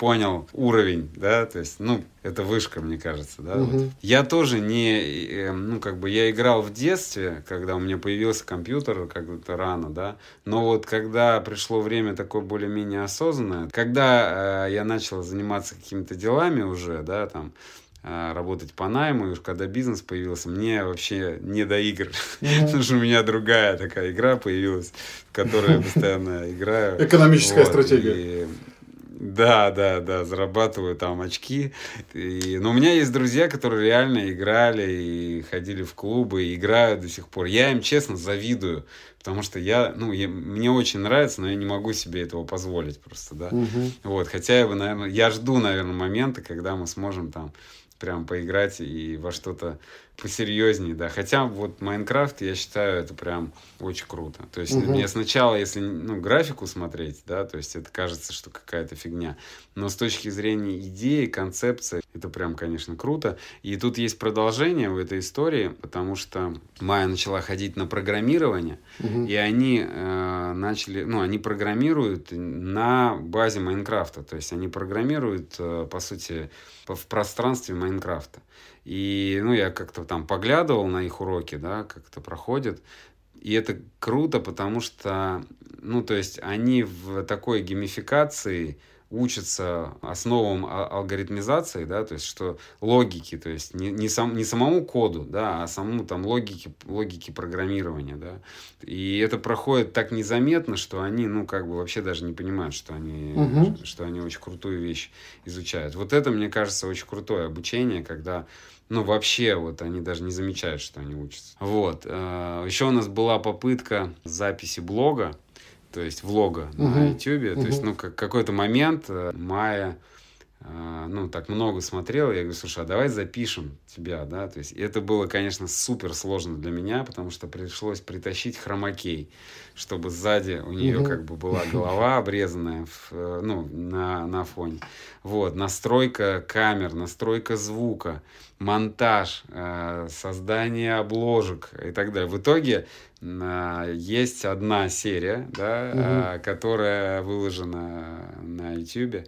понял уровень, да, то есть, ну, это вышка, мне кажется, да. Угу. Вот. Я тоже не, ну, как бы, я играл в детстве, когда у меня появился компьютер, как-то рано, да, но вот когда пришло время такое более-менее осознанное, когда э, я начал заниматься какими-то делами уже, да, там, работать по найму, и уж когда бизнес появился, мне вообще не до игр. Mm-hmm. Потому что у меня другая такая игра появилась, в которой я постоянно играю. Экономическая вот, стратегия. И... Да, да, да, зарабатываю там очки. И... Но у меня есть друзья, которые реально играли и ходили в клубы, и играют до сих пор. Я им, честно, завидую. Потому что я, ну, я, мне очень нравится, но я не могу себе этого позволить просто, да. Mm-hmm. Вот, хотя я бы, наверное, я жду, наверное, момента, когда мы сможем там прям поиграть и во что-то посерьезнее, да. Хотя вот Майнкрафт, я считаю, это прям очень круто. То есть, uh-huh. мне сначала, если, ну, графику смотреть, да, то есть, это кажется, что какая-то фигня. Но с точки зрения идеи, концепции, это прям, конечно, круто. И тут есть продолжение в этой истории, потому что Майя начала ходить на программирование, uh-huh. и они э, начали, ну, они программируют на базе Майнкрафта. То есть, они программируют, э, по сути, в пространстве Майнкрафта. И, ну, я как-то там поглядывал на их уроки, да, как это проходит. И это круто, потому что, ну, то есть, они в такой геймификации учатся основам алгоритмизации, да, то есть, что логики, то есть, не, не, сам, не самому коду, да, а самому там логике, логике программирования, да. И это проходит так незаметно, что они, ну, как бы вообще даже не понимают, что они, uh-huh. что они очень крутую вещь изучают. Вот это, мне кажется, очень крутое обучение, когда, ну, вообще, вот, они даже не замечают, что они учатся. Вот. Еще у нас была попытка записи блога, то есть влога uh-huh. на YouTube. Uh-huh. То есть, ну, как, какой-то момент Майя, э, ну, так много смотрела, я говорю, слушай, а давай запишем тебя, да, то есть, это было, конечно, супер сложно для меня, потому что пришлось притащить хромакей, чтобы сзади у нее uh-huh. как бы была голова обрезанная, в, ну, на, на фоне. Вот, настройка камер, настройка звука, монтаж, э, создание обложек и так далее. В итоге э, есть одна серия, да, угу. э, которая выложена на YouTube.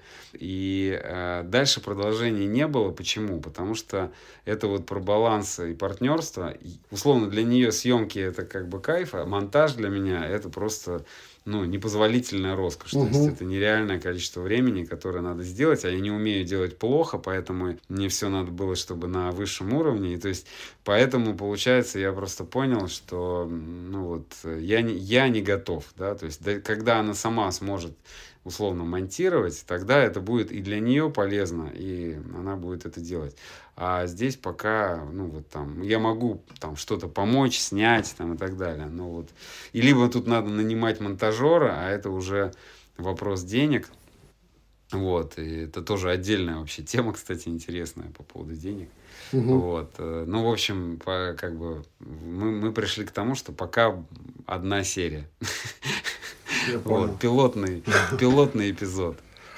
И э, дальше продолжения не было. Почему? Потому что это вот про баланс и партнерство. И, условно, для нее съемки это как бы кайф, а монтаж для меня это просто... ну, непозволительная роскошь. Uh-huh. То есть, это нереальное количество времени, которое надо сделать, а я не умею делать плохо, поэтому мне все надо было, чтобы на высшем уровне. И, то есть, поэтому, получается, я просто понял, что, ну, вот, я не, я не готов, да, то есть, да, когда она сама сможет условно монтировать, тогда это будет и для нее полезно, и она будет это делать. А здесь пока, ну, вот там, я могу там что-то помочь, снять там и так далее. Но вот, и либо тут надо нанимать монтажера, а это уже вопрос денег. Вот, и это тоже отдельная вообще тема, кстати, интересная по поводу денег. Угу. Вот, ну, в общем, по, как бы, мы, мы пришли к тому, что пока одна серия. Вот, пилотный, пилотный эпизод.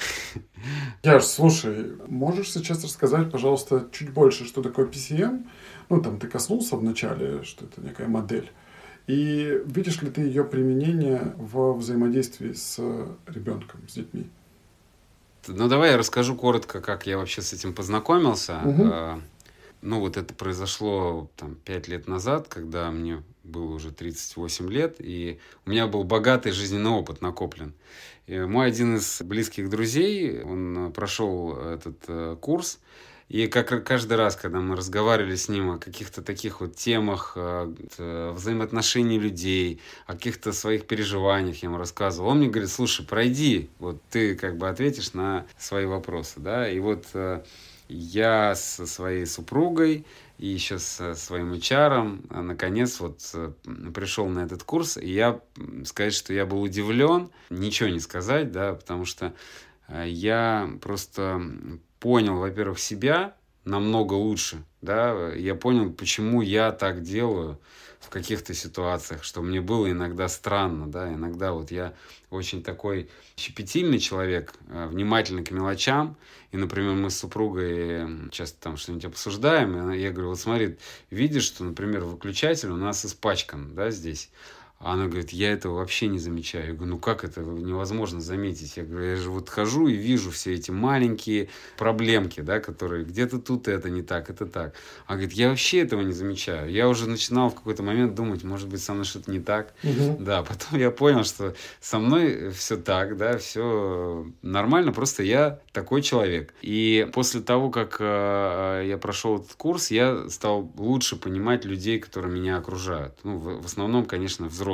Яш, слушай, можешь сейчас рассказать, пожалуйста, чуть больше, что такое пи си эм? Ну, там ты коснулся вначале, что это некая модель. И видишь ли ты ее применение во взаимодействии с ребенком, с детьми? Ну, давай я расскажу коротко, как я вообще с этим познакомился. Угу. Ну, вот это произошло там пять лет назад, когда мне было уже тридцать восемь лет, и у меня был богатый жизненный опыт накоплен. И мой один из близких друзей, он прошел этот э, курс, и как каждый раз, когда мы разговаривали с ним о каких-то таких вот темах, э, взаимоотношений людей, о каких-то своих переживаниях, я ему рассказывал, он мне говорит, слушай, пройди, вот ты как бы ответишь на свои вопросы, да, и вот... Э, я со своей супругой и еще со своим эйч ар наконец вот пришел на этот курс, и я, сказать, что я был удивлен, ничего не сказать, да, потому что я просто понял, во-первых, себя намного лучше, да, я понял, почему я так делаю в каких-то ситуациях, что мне было иногда странно, да, иногда вот я очень такой щепетильный человек, внимательный к мелочам, и, например, мы с супругой часто там что-нибудь обсуждаем, и я говорю, вот смотри, видишь, что, например, выключатель у нас испачкан, да, здесь, А она говорит, я этого вообще не замечаю. Я говорю, ну как это невозможно заметить? Я говорю, я же вот хожу и вижу все эти маленькие проблемки, да, которые где-то тут это не так, это так. Она говорит, я вообще этого не замечаю. Я уже начинал в какой-то момент думать, может быть, со мной что-то не так. Угу. Да, потом я понял, что со мной все так, да, все нормально, просто я такой человек. И после того, как э, я прошел этот курс, я стал лучше понимать людей, которые меня окружают. Ну, в, в основном, конечно, взрослых.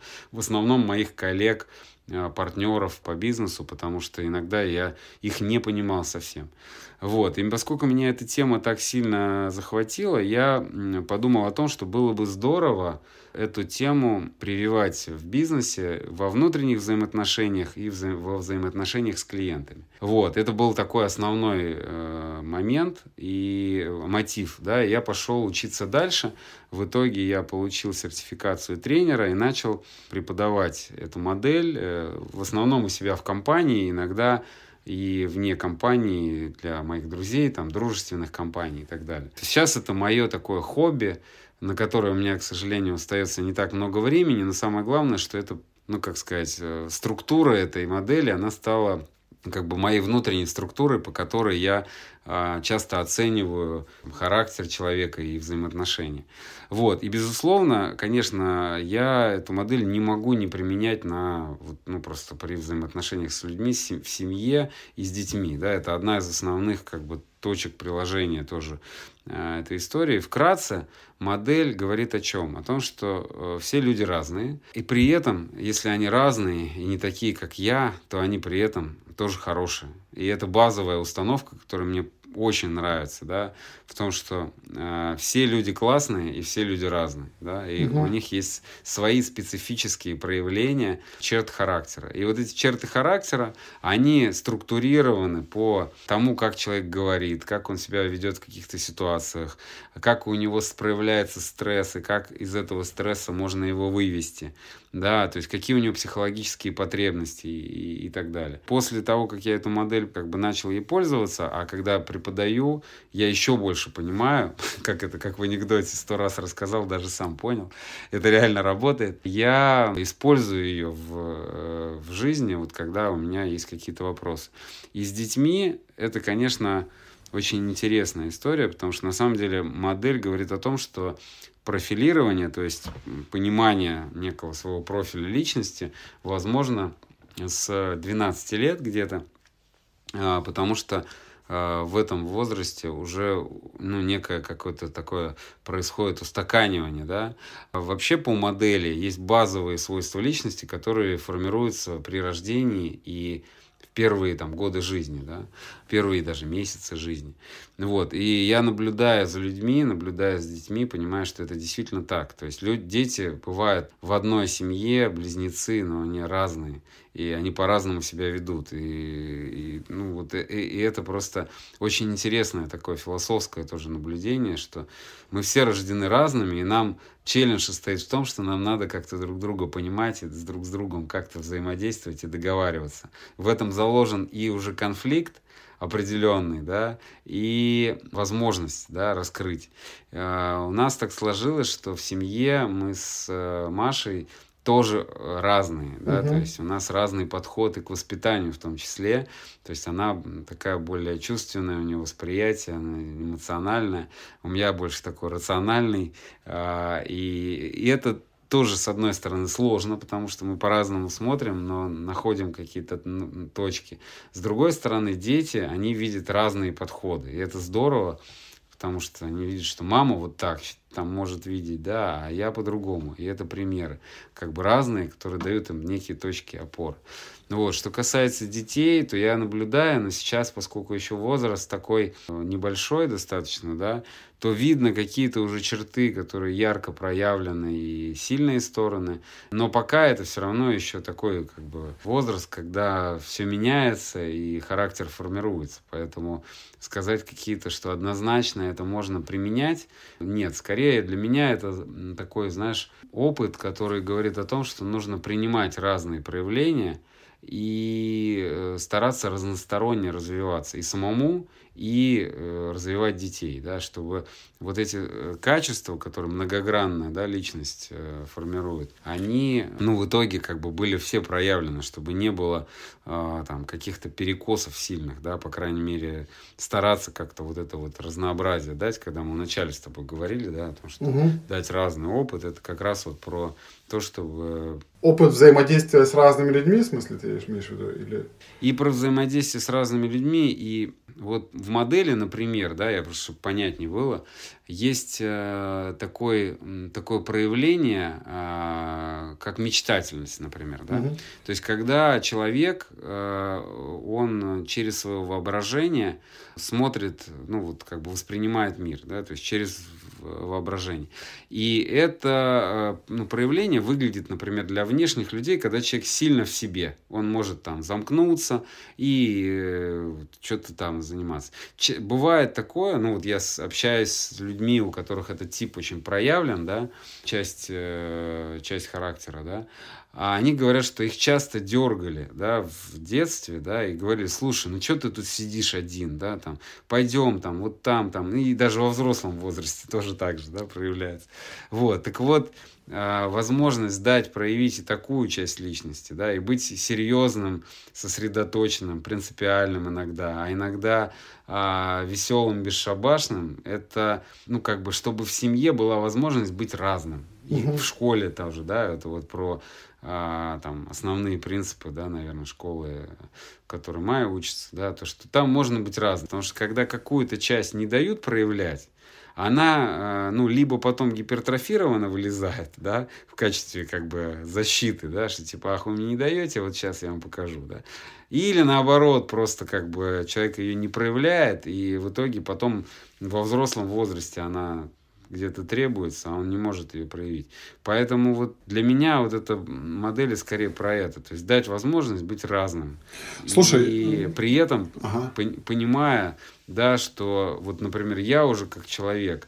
В основном моих коллег, партнеров по бизнесу, потому что иногда я их не понимал совсем. Вот. И поскольку меня эта тема так сильно захватила, я подумал о том, что было бы здорово эту тему прививать в бизнесе, во внутренних взаимоотношениях и вза- во взаимоотношениях с клиентами. Вот. Это был такой основной э, момент и мотив. Да? Я пошел учиться дальше. В итоге я получил сертификацию тренера и начал преподавать эту модель, э, в основном у себя в компании, иногда и вне компании для моих друзей, там, дружественных компаний и так далее. Сейчас это мое такое хобби, на которое у меня, к сожалению, остается не так много времени, но самое главное, что это, ну, как сказать, структура этой модели, она стала как бы моей внутренней структурой, по которой я а, часто оцениваю характер человека и взаимоотношения. Вот. И, безусловно, конечно, я эту модель не могу не применять на, вот, ну, просто при взаимоотношениях с людьми, в семье и с детьми. Да? Это одна из основных, как бы, точек приложения тоже э, этой истории. Вкратце, модель говорит о чем? О том, что э, все люди разные. И при этом, если они разные и не такие, как я, то они при этом тоже хорошие. И это базовая установка, которая мне очень нравится, да, в том, что э, все люди классные и все люди разные, да, и угу. у них есть свои специфические проявления черт характера. И вот эти черты характера, они структурированы по тому, как человек говорит, как он себя ведет в каких-то ситуациях, как у него проявляется стресс, и как из этого стресса можно его вывести, да, то есть какие у него психологические потребности и, и так далее. После того, как я эту модель как бы начал ей пользоваться, а когда преподаю, я еще больше понимаю, как это, как в анекдоте сто раз рассказал, даже сам понял, это реально работает. Я использую ее в, в жизни, вот когда у меня есть какие-то вопросы. И с детьми это, конечно, очень интересная история, потому что на самом деле модель говорит о том, что профилирование, то есть понимание некого своего профиля личности, возможно с двенадцати лет где-то, потому что в этом возрасте уже, ну, некое какое-то такое происходит устаканивание, да. Вообще по модели есть базовые свойства личности, которые формируются при рождении и в первые там годы жизни, да, первые даже месяцы жизни. Вот. И я, наблюдая за людьми, наблюдая за детьми, понимаю, что это действительно так. То есть люди, дети бывают в одной семье, близнецы, но они разные. И они по-разному себя ведут. И, и, ну, вот, и, и это просто очень интересное такое философское тоже наблюдение, что мы все рождены разными, и нам челлендж состоит в том, что нам надо как-то друг друга понимать, и с друг с другом как-то взаимодействовать и договариваться. В этом заложен и уже конфликт определенный, да, и возможность, да, раскрыть. Uh, у нас так сложилось, что в семье мы с uh, Машей тоже разные, да, угу. То есть у нас разный подход и к воспитанию в том числе, то есть она такая более чувственная, у нее восприятие, она эмоциональная, у меня больше такой рациональный, uh, и, и это тоже, с одной стороны, сложно, потому что мы по-разному смотрим, но находим какие-то, ну, точки. С другой стороны, дети, они видят разные подходы, и это здорово, потому что они видят, что мама вот так там может видеть, да, а я по-другому. И это примеры, как бы разные, которые дают им некие точки опоры. Вот. Что касается детей, то я наблюдаю, но сейчас, поскольку еще возраст такой небольшой достаточно, да, то видно какие-то уже черты, которые ярко проявлены и сильные стороны. Но пока это все равно еще такой, как бы, возраст, когда все меняется и характер формируется. Поэтому сказать какие-то, что однозначно это можно применять, нет. Скорее для меня это такой, знаешь, опыт, который говорит о том, что нужно принимать разные проявления и стараться разносторонне развиваться и самому, и э, развивать детей, да, чтобы вот эти качества, которые многогранная, да, личность э, формирует, они, ну, в итоге как бы были все проявлены, чтобы не было э, там каких-то перекосов сильных, да, по крайней мере, стараться как-то вот это вот разнообразие дать, когда мы вначале с тобой говорили, да, о том, что угу. дать разный опыт, это как раз вот про то, чтобы... Опыт взаимодействия с разными людьми, в смысле, ты имеешь в виду? Или... И про взаимодействие с разными людьми, и вот в модели, например, да, я просто, чтобы понятнее было, есть э, такой, такое проявление, э, как мечтательность, например, да. Угу. То есть, когда человек, э, он через свое воображение смотрит, ну, вот как бы воспринимает мир, да, то есть через воображение. И это, ну, проявление выглядит, например, для внешних людей, когда человек сильно в себе. Он может там замкнуться и э, что-то там заниматься. Ч- бывает такое, ну вот я общаюсь с людьми, у которых этот тип очень проявлен, да, часть, э, часть характера, да, а они говорят, что их часто дергали, да, в детстве, да, и говорили: слушай, ну что ты тут сидишь один, да, там, пойдем там, вот там, там, и даже во взрослом возрасте тоже так же, да, проявляется. Вот, так вот, возможность дать проявить и такую часть личности, да, и быть серьезным, сосредоточенным, принципиальным иногда, а иногда а, веселым, бесшабашным, это, ну, как бы, чтобы в семье была возможность быть разным. И угу. в школе тоже, да, это вот про а, там основные принципы, да, наверное, школы, в которой Майя учится, да, то, что там можно быть разным. Потому что когда какую-то часть не дают проявлять, она, ну, либо потом гипертрофированно вылезает, да, в качестве, как бы, защиты, да, что типа, ах, вы мне не даете, вот сейчас я вам покажу, да. Или наоборот, просто, как бы, человек ее не проявляет, и в итоге потом во взрослом возрасте она где-то требуется, а он не может ее проявить. Поэтому вот для меня вот эта модель скорее про это. То есть дать возможность быть разным. Слушай, и при этом ага. понимая, да, что вот, например, я уже как человек,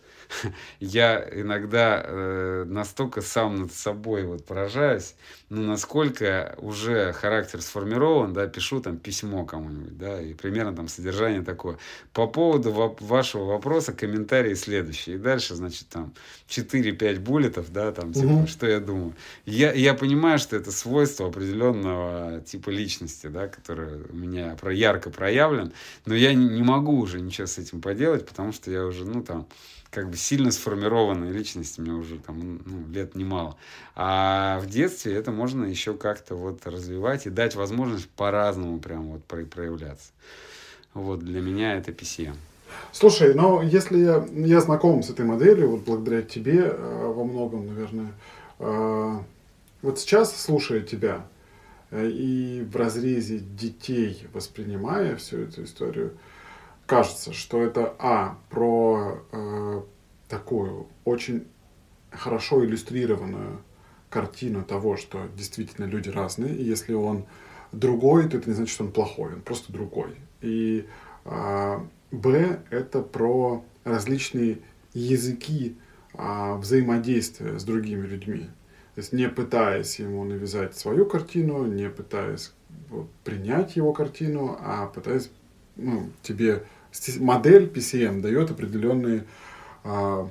я иногда э, настолько сам над собой вот поражаюсь, ну, насколько уже характер сформирован, да, пишу там письмо кому-нибудь, да, и примерно там содержание такое. По поводу воп- вашего вопроса комментарии следующие. И дальше, значит, там четыре-пять буллетов, да, там, типа, угу. что я думаю. Я, я понимаю, что это свойство определенного типа личности, да, которое у меня про, ярко проявлен, но я не, не могу уже ничего с этим поделать, потому что я уже, ну, там, как бы сильно сформированная личность, мне уже там, ну, лет немало. А в детстве это можно еще как-то вот развивать и дать возможность по-разному прям вот проявляться. Вот для меня это пи си эм. Слушай, но если я, я знаком с этой моделью, вот благодаря тебе э, во многом, наверное, э, вот сейчас, слушая тебя э, и в разрезе детей воспринимая всю эту историю, кажется, что это, а, про э, такую очень хорошо иллюстрированную картину того, что действительно люди разные, и если он другой, то это не значит, что он плохой, он просто другой. И, э, б, это про различные языки э, взаимодействия с другими людьми. То есть не пытаясь ему навязать свою картину, не пытаясь принять его картину, а пытаясь, ну, тебе модель пи си эм дает определенные а,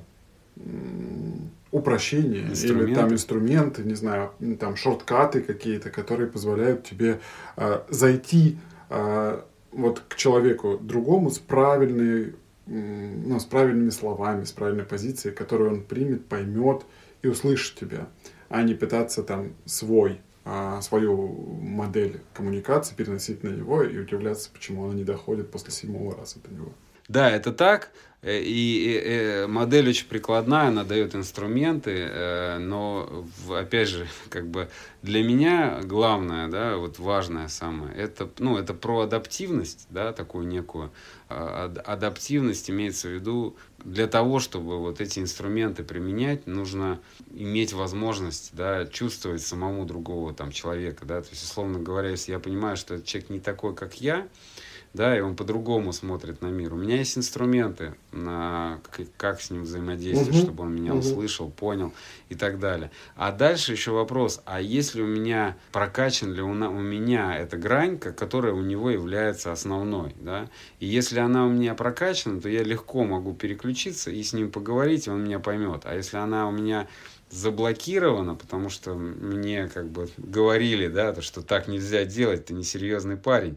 упрощения или там инструменты, не знаю, там шорткаты какие-то, которые позволяют тебе а, зайти а, вот к человеку другому с правильной, ну, с правильными словами, с правильной позицией, которую он примет, поймет и услышит тебя, а не пытаться там свой свою модель коммуникации переносить на него и удивляться, почему она не доходит после седьмого раза до него. Да, это так. И, и, и модель очень прикладная, она дает инструменты, но, опять же, как бы для меня главное, да, вот важное самое, это, ну, это про адаптивность, да, такую некую адаптивность имеется в виду. Для того, чтобы вот эти инструменты применять, нужно иметь возможность, да, чувствовать самому другого там человека, да, то есть, условно говоря, если я понимаю, что этот человек не такой, как я, да, и он по-другому смотрит на мир. У меня есть инструменты, на как с ним взаимодействовать, угу. чтобы он меня угу. услышал, понял и так далее. А дальше еще вопрос, а если у меня прокачан ли у, на, у меня эта грань, которая у него является основной, да, и если она у меня прокачана, то я легко могу переключиться и с ним поговорить, и он меня поймет. А если она у меня заблокировано, потому что мне как бы говорили, да, то, что так нельзя делать, ты несерьезный парень,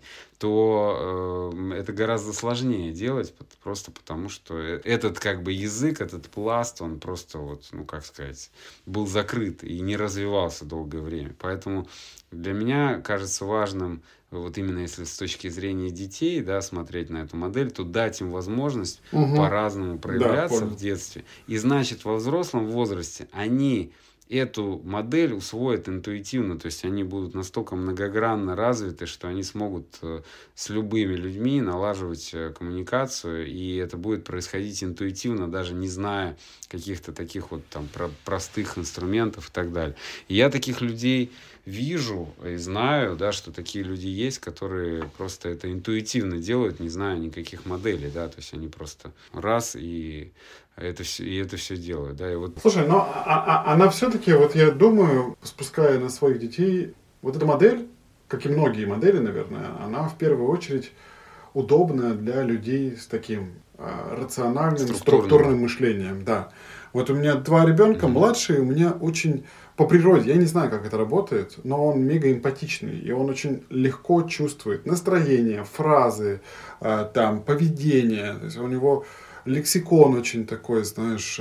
то э, это гораздо сложнее делать, просто потому что этот как бы язык, этот пласт, он просто вот, ну как сказать, был закрыт и не развивался долгое время. Поэтому для меня кажется важным, вот именно если с точки зрения детей, да, смотреть на эту модель, то дать им возможность угу. по-разному проявляться да, в детстве. И значит, во взрослом возрасте они эту модель усвоят интуитивно, то есть они будут настолько многогранно развиты, что они смогут с любыми людьми налаживать коммуникацию, и это будет происходить интуитивно, даже не зная каких-то таких вот там простых инструментов и так далее. И я таких людей вижу и знаю, да, что такие люди есть, которые просто это интуитивно делают, не зная никаких моделей, да, то есть они просто раз и это все, и это все делают, да, и вот. Слушай, но а, а, она все-таки, вот я думаю, спуская на своих детей, вот эта модель, как и многие модели, наверное, она в первую очередь удобна для людей с таким а, рациональным, структурным. структурным мышлением, да. Вот у меня два ребенка, mm-hmm. младший, у меня очень по природе, я не знаю, как это работает, но он мега эмпатичный, и он очень легко чувствует настроение, фразы, а, там, поведение, то есть у него лексикон очень такой, знаешь,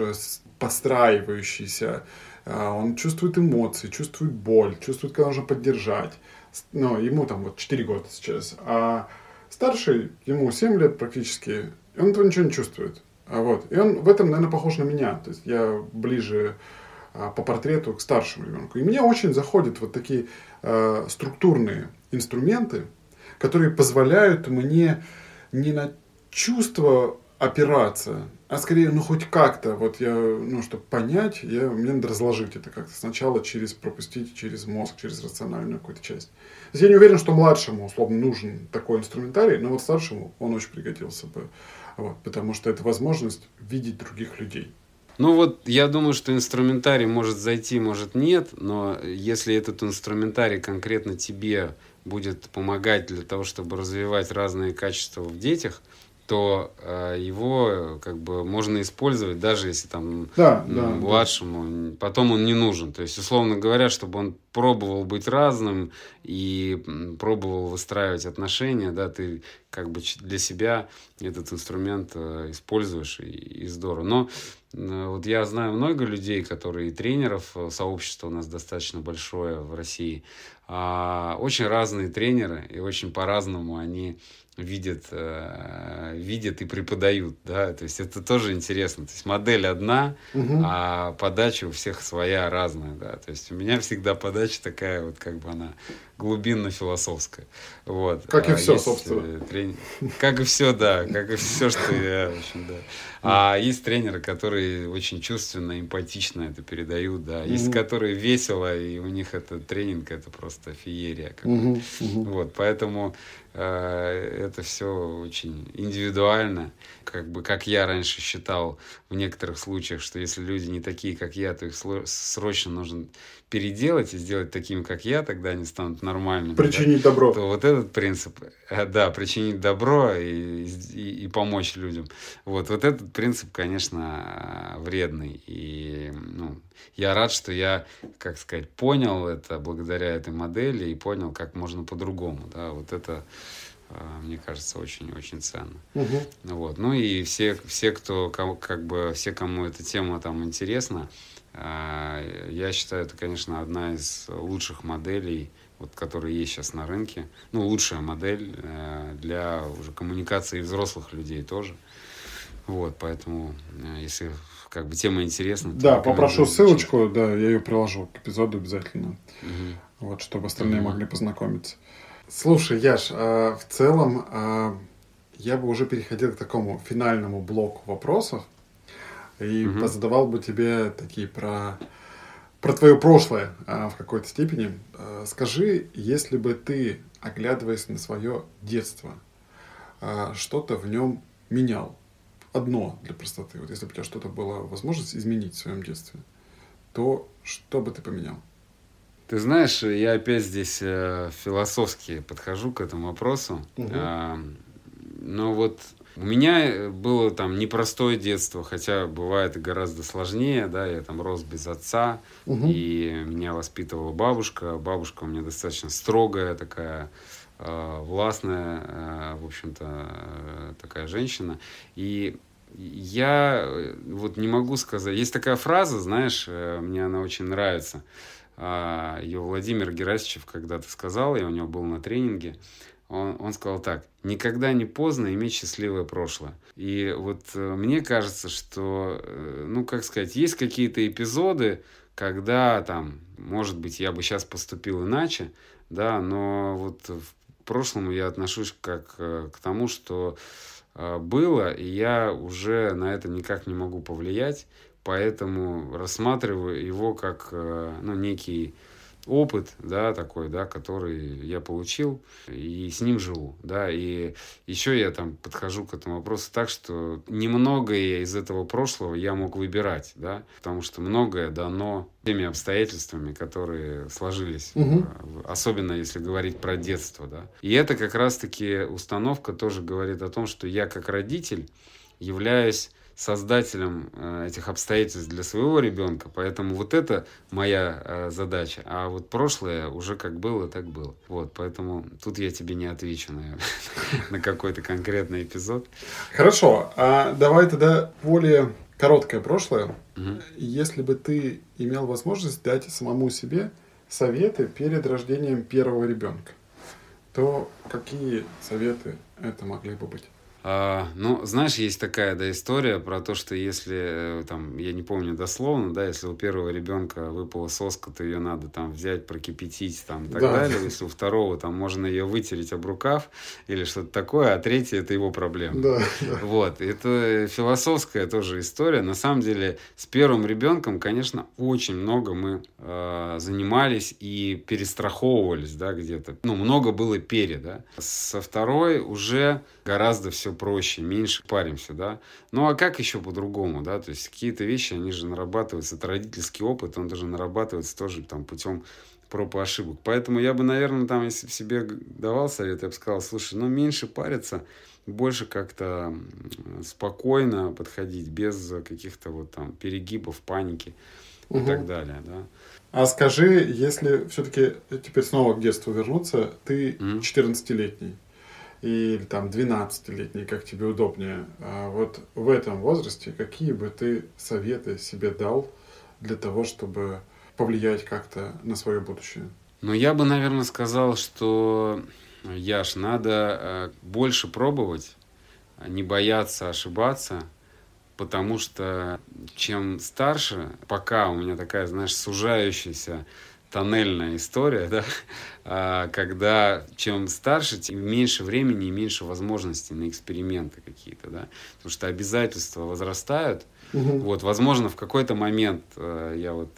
подстраивающийся. Он чувствует эмоции, чувствует боль, чувствует, когда нужно поддержать. Ну, ему там вот четыре года сейчас. А старший, ему семь лет практически, и он этого ничего не чувствует. Вот. И он в этом, наверное, похож на меня. То есть я ближе по портрету к старшему ребенку. И мне очень заходят вот такие э, структурные инструменты, которые позволяют мне не на чувство опираться, а скорее, ну, хоть как-то, вот я, ну, чтобы понять, я, мне надо разложить это как-то сначала через, пропустить через мозг, через рациональную какую-то часть. То есть я не уверен, что младшему, условно, нужен такой инструментарий, но вот старшему он очень пригодился бы, вот, потому что это возможность видеть других людей. Ну вот, я думаю, что инструментарий может зайти, может нет, но если этот инструментарий конкретно тебе будет помогать для того, чтобы развивать разные качества в детях, то э, его как бы можно использовать, даже если там да, ну, да, младшему, да. Потом он не нужен. То есть, условно говоря, чтобы он пробовал быть разным и пробовал выстраивать отношения, да, ты как бы для себя этот инструмент э, используешь, и, и здорово. Но э, вот я знаю много людей, которые и тренеров, сообщество у нас достаточно большое в России, э, очень разные тренеры, и очень по-разному они видят, э, видят и преподают, да, то есть это тоже интересно, то есть модель одна, угу. а подача у всех своя, разная, да, то есть у меня всегда подача такая вот, как бы она глубинно-философская, вот. Как и а все, есть, собственно. Трени... Как и все, да, как и все, что я, в общем, да. А есть тренеры, которые очень чувственно, эмпатично это передают, да, есть, угу. которые весело, и у них это тренинг, это просто феерия, угу. Угу. Вот, поэтому это все очень индивидуально. Как бы, как я раньше считал в некоторых случаях, что если люди не такие, как я, то их срочно нужно переделать и сделать такими, как я, тогда они станут нормальными. Причинить да? добро. То вот этот принцип, да, причинить добро и, и, и помочь людям. Вот, вот этот принцип, конечно, вредный. И ну, я рад, что я, как сказать, понял это благодаря этой модели и понял, как можно по-другому. Да? Вот это, мне кажется, очень-очень ценно. Угу. Вот. Ну и все, все, кто, как бы, все, кому эта тема там интересна, я считаю, это, конечно, одна из лучших моделей, вот, которые есть сейчас на рынке. Ну, лучшая модель для уже коммуникации взрослых людей тоже. Вот, поэтому, если как бы тема интересна... Да, попрошу ссылочку, да, я ее приложу к эпизоду обязательно, угу. вот, чтобы остальные угу. могли познакомиться. Слушай, Яш, в целом я бы уже переходил к такому финальному блоку вопросов и угу. позадавал бы тебе такие про, про твое прошлое в какой-то степени. Скажи, если бы ты, оглядываясь на свое детство, а, что-то в нем менял. Одно для простоты. Вот если бы у тебя что-то была возможность изменить в своем детстве, то что бы ты поменял? Ты знаешь, я опять здесь э, философски подхожу к этому вопросу. Угу. Э, но вот у меня было там непростое детство, хотя бывает и гораздо сложнее, да, я там рос без отца, угу. и меня воспитывала бабушка. Бабушка у меня достаточно строгая такая, э, властная, э, в общем-то, э, такая женщина. И я вот не могу сказать, есть такая фраза, знаешь, э, мне она очень нравится. Ее Владимир Герасичев когда-то сказал, я у него был на тренинге, он, он сказал так: никогда не поздно иметь счастливое прошлое. И вот мне кажется, что, ну, как сказать, есть какие-то эпизоды, когда там, может быть, я бы сейчас поступил иначе, да, но вот в прошлом я отношусь как к тому, что было, и я уже на это никак не могу повлиять. Поэтому рассматриваю его как, ну, некий опыт, да, такой, да, который я получил, и с ним живу, да, и еще я там подхожу к этому вопросу так, что немногое из этого прошлого я мог выбирать, да, потому что многое дано теми обстоятельствами, которые сложились, угу. особенно если говорить про детство, да, и это как раз-таки установка тоже говорит о том, что я как родитель являюсь создателем э, этих обстоятельств для своего ребенка, поэтому вот это моя э, задача, а вот прошлое уже как было, так было. Вот, поэтому тут я тебе не отвечу, наверное, на какой-то конкретный эпизод. Хорошо, а давай тогда более короткое прошлое. Если бы ты имел возможность дать самому себе советы перед рождением первого ребенка, то какие советы это могли бы быть? А, ну, знаешь, есть такая, да, история про то, что если, там, я не помню дословно, да, если у первого ребенка выпала соска, то ее надо там взять, прокипятить, там, и так да. далее. Если у второго, там, можно ее вытереть об рукав или что-то такое, а третье — это его проблема. Да, да. Вот, это философская тоже история. На самом деле, с первым ребенком, конечно, очень много мы э, занимались и перестраховывались, да, где-то. Ну, много было пере, да. Со второй уже гораздо все проще, меньше паримся, да. Ну, а как еще по-другому, да? То есть, какие-то вещи, они же нарабатываются. Это родительский опыт, он даже нарабатывается тоже там путем проб и ошибок. Поэтому я бы, наверное, там, если бы себе давал совет, я бы сказал: слушай, ну, меньше париться, больше как-то спокойно подходить, без каких-то вот там перегибов, паники и угу. так далее, да. А скажи, если все-таки теперь снова к детству вернуться, ты угу. четырнадцатилетний. Или там двенадцатилетний, как тебе удобнее. А вот в этом возрасте какие бы ты советы себе дал для того, чтобы повлиять как-то на свое будущее? Ну, я бы, наверное, сказал, что, Яш, надо больше пробовать, не бояться ошибаться, потому что чем старше, пока у меня такая, знаешь, сужающаяся тоннельная история, да, когда чем старше, тем меньше времени и меньше возможностей на эксперименты какие-то, да, потому что обязательства возрастают. Угу. Вот, возможно, в какой-то момент я вот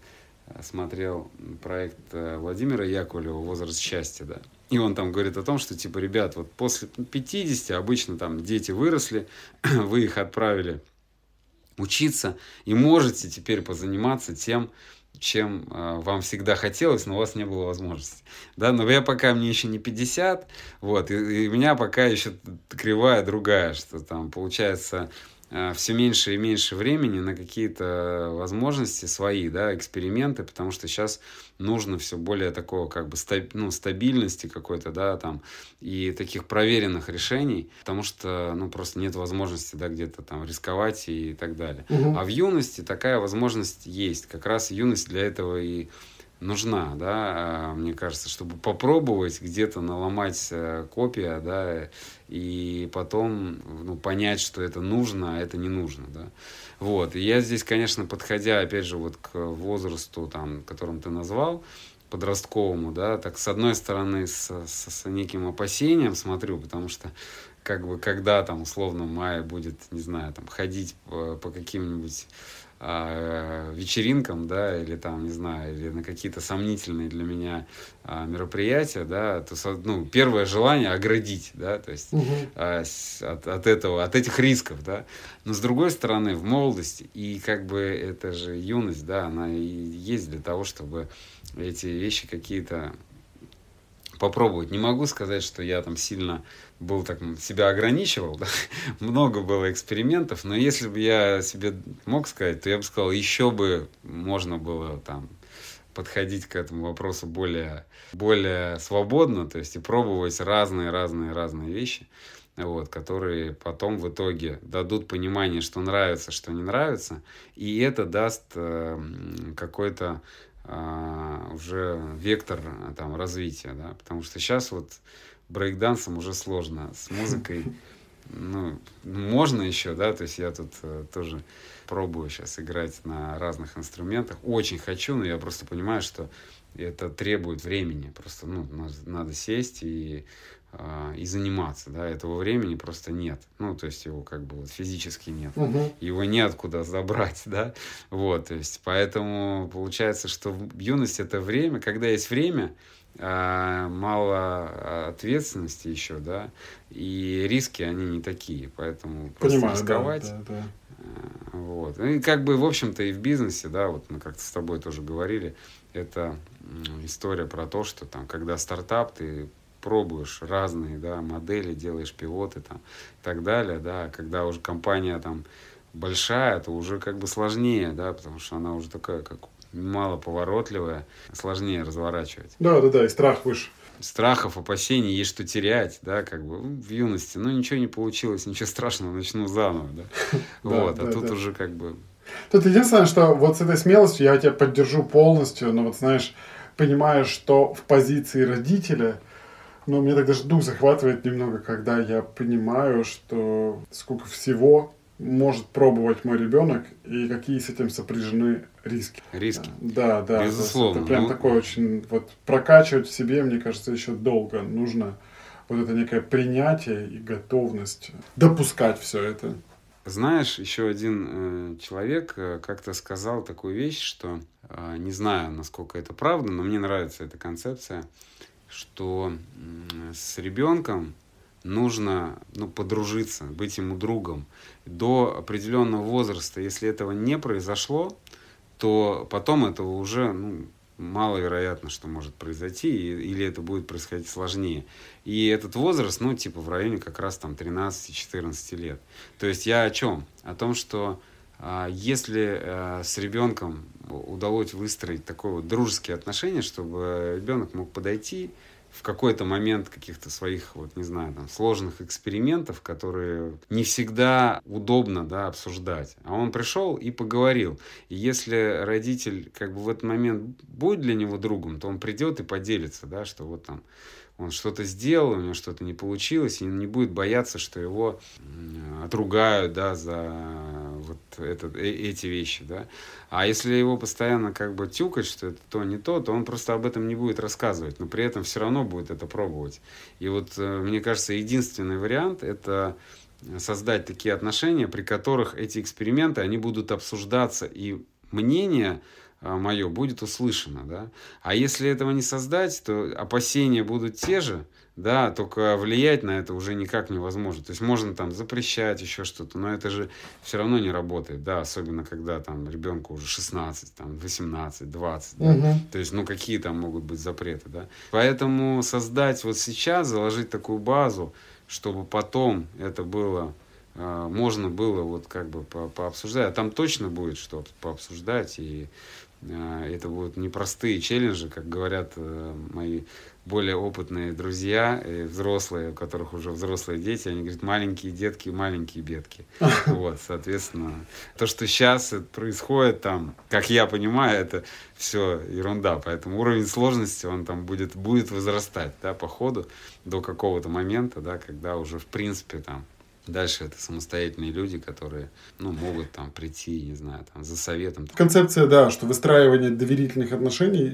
смотрел проект Владимира Яковлева «Возраст счастья», да, и он там говорит о том, что, типа, ребят, вот после пятидесяти обычно там дети выросли, вы их отправили учиться, и можете теперь позаниматься тем, чем э, вам всегда хотелось, но у вас не было возможности. Да, но я пока, мне еще не пятьдесят, вот, и, и у меня пока еще кривая другая, что там получается э, все меньше и меньше времени на какие-то возможности свои, да, эксперименты, потому что сейчас нужно все более такого, как бы, стаб, ну, стабильности какой-то, да, там, и таких проверенных решений, потому что, ну, просто нет возможности, да, где-то там рисковать и так далее. Угу. А в юности такая возможность есть. Как раз юность для этого и нужна, да, мне кажется, чтобы попробовать где-то наломать копья, да, и потом, ну, понять, что это нужно, а это не нужно, да. Вот, и я здесь, конечно, подходя, опять же, вот к возрасту, там, которым ты назвал, подростковому, да, так, с одной стороны, с, с, с неким опасением смотрю, потому что, как бы, когда там, условно, Майя будет, не знаю, там, ходить по, по каким-нибудь а, вечеринкам, да, или там, не знаю, или на какие-то сомнительные для меня а, мероприятия, да, то, ну, первое желание оградить, да, то есть угу. а, с, от, от этого, от этих рисков, да. Но с другой стороны, в молодости, и как бы это же юность, да, она и есть для того, чтобы эти вещи какие-то попробовать. Не могу сказать, что я там сильно был так, себя ограничивал, да? Много было экспериментов, но если бы я себе мог сказать, то я бы сказал, еще бы можно было там подходить к этому вопросу более, более свободно, то есть и пробовать разные-разные-разные вещи, вот, которые потом в итоге дадут понимание, что нравится, что не нравится, и это даст э, какой-то Uh, уже вектор там, развития, да, потому что сейчас вот брейк-дансом уже сложно, с музыкой, ну, можно еще, да, то есть я тут uh, тоже пробую сейчас играть на разных инструментах, очень хочу, но я просто понимаю, что это требует времени, просто, ну, надо сесть и и заниматься, да, этого времени просто нет, ну, то есть его как бы вот физически нет, uh-huh. его неоткуда забрать, да, вот, то есть поэтому получается, что юность это время, когда есть время, а, мало ответственности еще, да, и риски они не такие, поэтому просто Понимаю, рисковать, да, да, да. Вот, и как бы в общем-то и в бизнесе, да, вот мы как-то с тобой тоже говорили, это история про то, что там, когда стартап, ты пробуешь разные, да, модели, делаешь пивоты там, и так далее, да, когда уже компания там большая, то уже как бы сложнее, да, потому что она уже такая, как малоповоротливая, сложнее разворачивать. Да, да, да, и страх выше. Страхов, опасений, есть что терять, да, как бы в юности, ну ничего не получилось, ничего страшного, начну заново, да, вот, а тут уже как бы... Тут единственное, что вот с этой смелостью я тебя поддержу полностью, но вот знаешь, понимаешь, что в позиции родителя. Но мне так даже дух захватывает немного, когда я понимаю, что сколько всего может пробовать мой ребенок и какие с этим сопряжены риски. Риски. Да, да. Безусловно. Это прям ну... такое очень... Вот прокачивать в себе, мне кажется, еще долго нужно вот это некое принятие и готовность допускать все это. Знаешь, еще один э, человек э, как-то сказал такую вещь, что э, не знаю, насколько это правда, но мне нравится эта концепция, что с ребенком нужно, ну, подружиться, быть ему другом. До определенного возраста, если этого не произошло, то потом этого уже, ну, маловероятно, что может произойти, или это будет происходить сложнее. И этот возраст, ну, типа в районе как раз там тринадцати-четырнадцати лет. То есть я о чем? О том, что а, если а, с ребенком удалось выстроить такое вот дружеские отношения, чтобы ребенок мог подойти в какой-то момент каких-то своих, вот не знаю, там, сложных экспериментов, которые не всегда удобно, да, обсуждать. А он пришел и поговорил. И если родитель как бы в этот момент будет для него другом, то он придет и поделится, да, что вот там он что-то сделал, у него что-то не получилось, и он не будет бояться, что его отругают, да, за вот это, эти вещи, да. А если его постоянно как бы тюкать, что это то, не то, то он просто об этом не будет рассказывать, но при этом все равно будет это пробовать. И вот, мне кажется, единственный вариант – это создать такие отношения, при которых эти эксперименты, они будут обсуждаться, и мнение мое будет услышано, да. А если этого не создать, то опасения будут те же, да, только влиять на это уже никак невозможно. То есть можно там запрещать еще что-то, но это же все равно не работает, да, особенно когда там ребенку уже шестнадцать, там, восемнадцать, двадцать, да? Угу. То есть, ну, какие там могут быть запреты, да. Поэтому создать вот сейчас, заложить такую базу, чтобы потом это было, э, можно было вот как бы по- пообсуждать, а там точно будет что-то пообсуждать, и э, это будут непростые челленджи, как говорят э, мои более опытные друзья, и взрослые, у которых уже взрослые дети, они говорят, маленькие детки, маленькие бедки. Вот, соответственно, то, что сейчас происходит там, как я понимаю, это все ерунда. Поэтому уровень сложности, он там будет, будет возрастать, да, по ходу до какого-то момента, да, когда уже, в принципе, там, дальше это самостоятельные люди, которые, ну, могут там прийти, не знаю, там, за советом. Концепция, да, что выстраивание доверительных отношений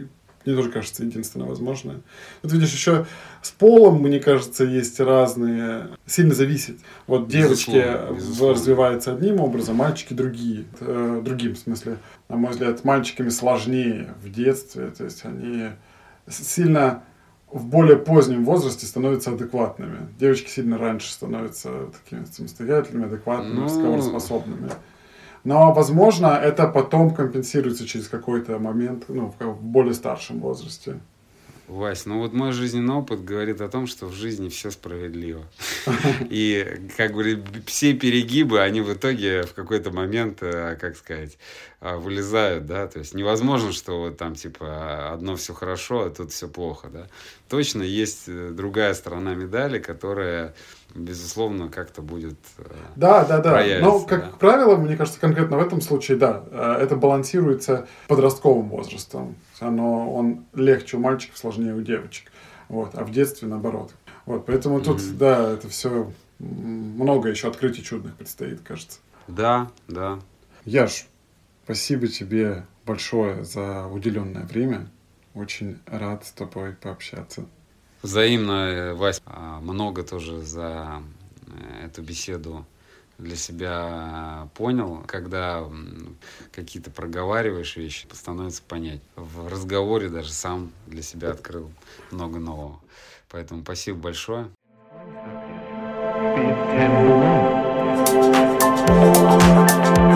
Мне тоже кажется, единственное возможное. Вот видишь, еще с полом, мне кажется, есть разные... Сильно зависит. Вот девочки Безусловно, безусловно. развиваются одним образом, мальчики другие. Э, другим, в смысле. На мой взгляд, мальчиками сложнее в детстве. То есть они сильно в более позднем возрасте становятся адекватными. Девочки сильно раньше становятся такими самостоятельными, адекватными, Ну... разговороспособными. Но, возможно, это потом компенсируется через какой-то момент, ну, в более старшем возрасте. Вась, ну вот мой жизненный опыт говорит о том, что в жизни все справедливо. И, как говорит, все перегибы, они в итоге в какой-то момент, как сказать, вылезают, да, то есть невозможно, что вот там, типа, одно все хорошо, а тут все плохо, да. Точно есть другая сторона медали, которая, безусловно, как-то будет Да, да, да. проявиться, Но, как да. правило, мне кажется, конкретно в этом случае, да, это балансируется подростковым возрастом. Оно, он легче у мальчиков, сложнее у девочек. Вот. А в детстве наоборот. Вот. Поэтому тут, Mm-hmm. да, это все много еще открытий чудных предстоит, кажется. Да, да. Яш, спасибо тебе большое за уделенное время. Очень рад с тобой пообщаться. Взаимно, Вась, много тоже за эту беседу для себя понял, когда какие-то проговариваешь вещи, становится понять. В разговоре даже сам для себя открыл много нового. Поэтому спасибо большое. It can go on.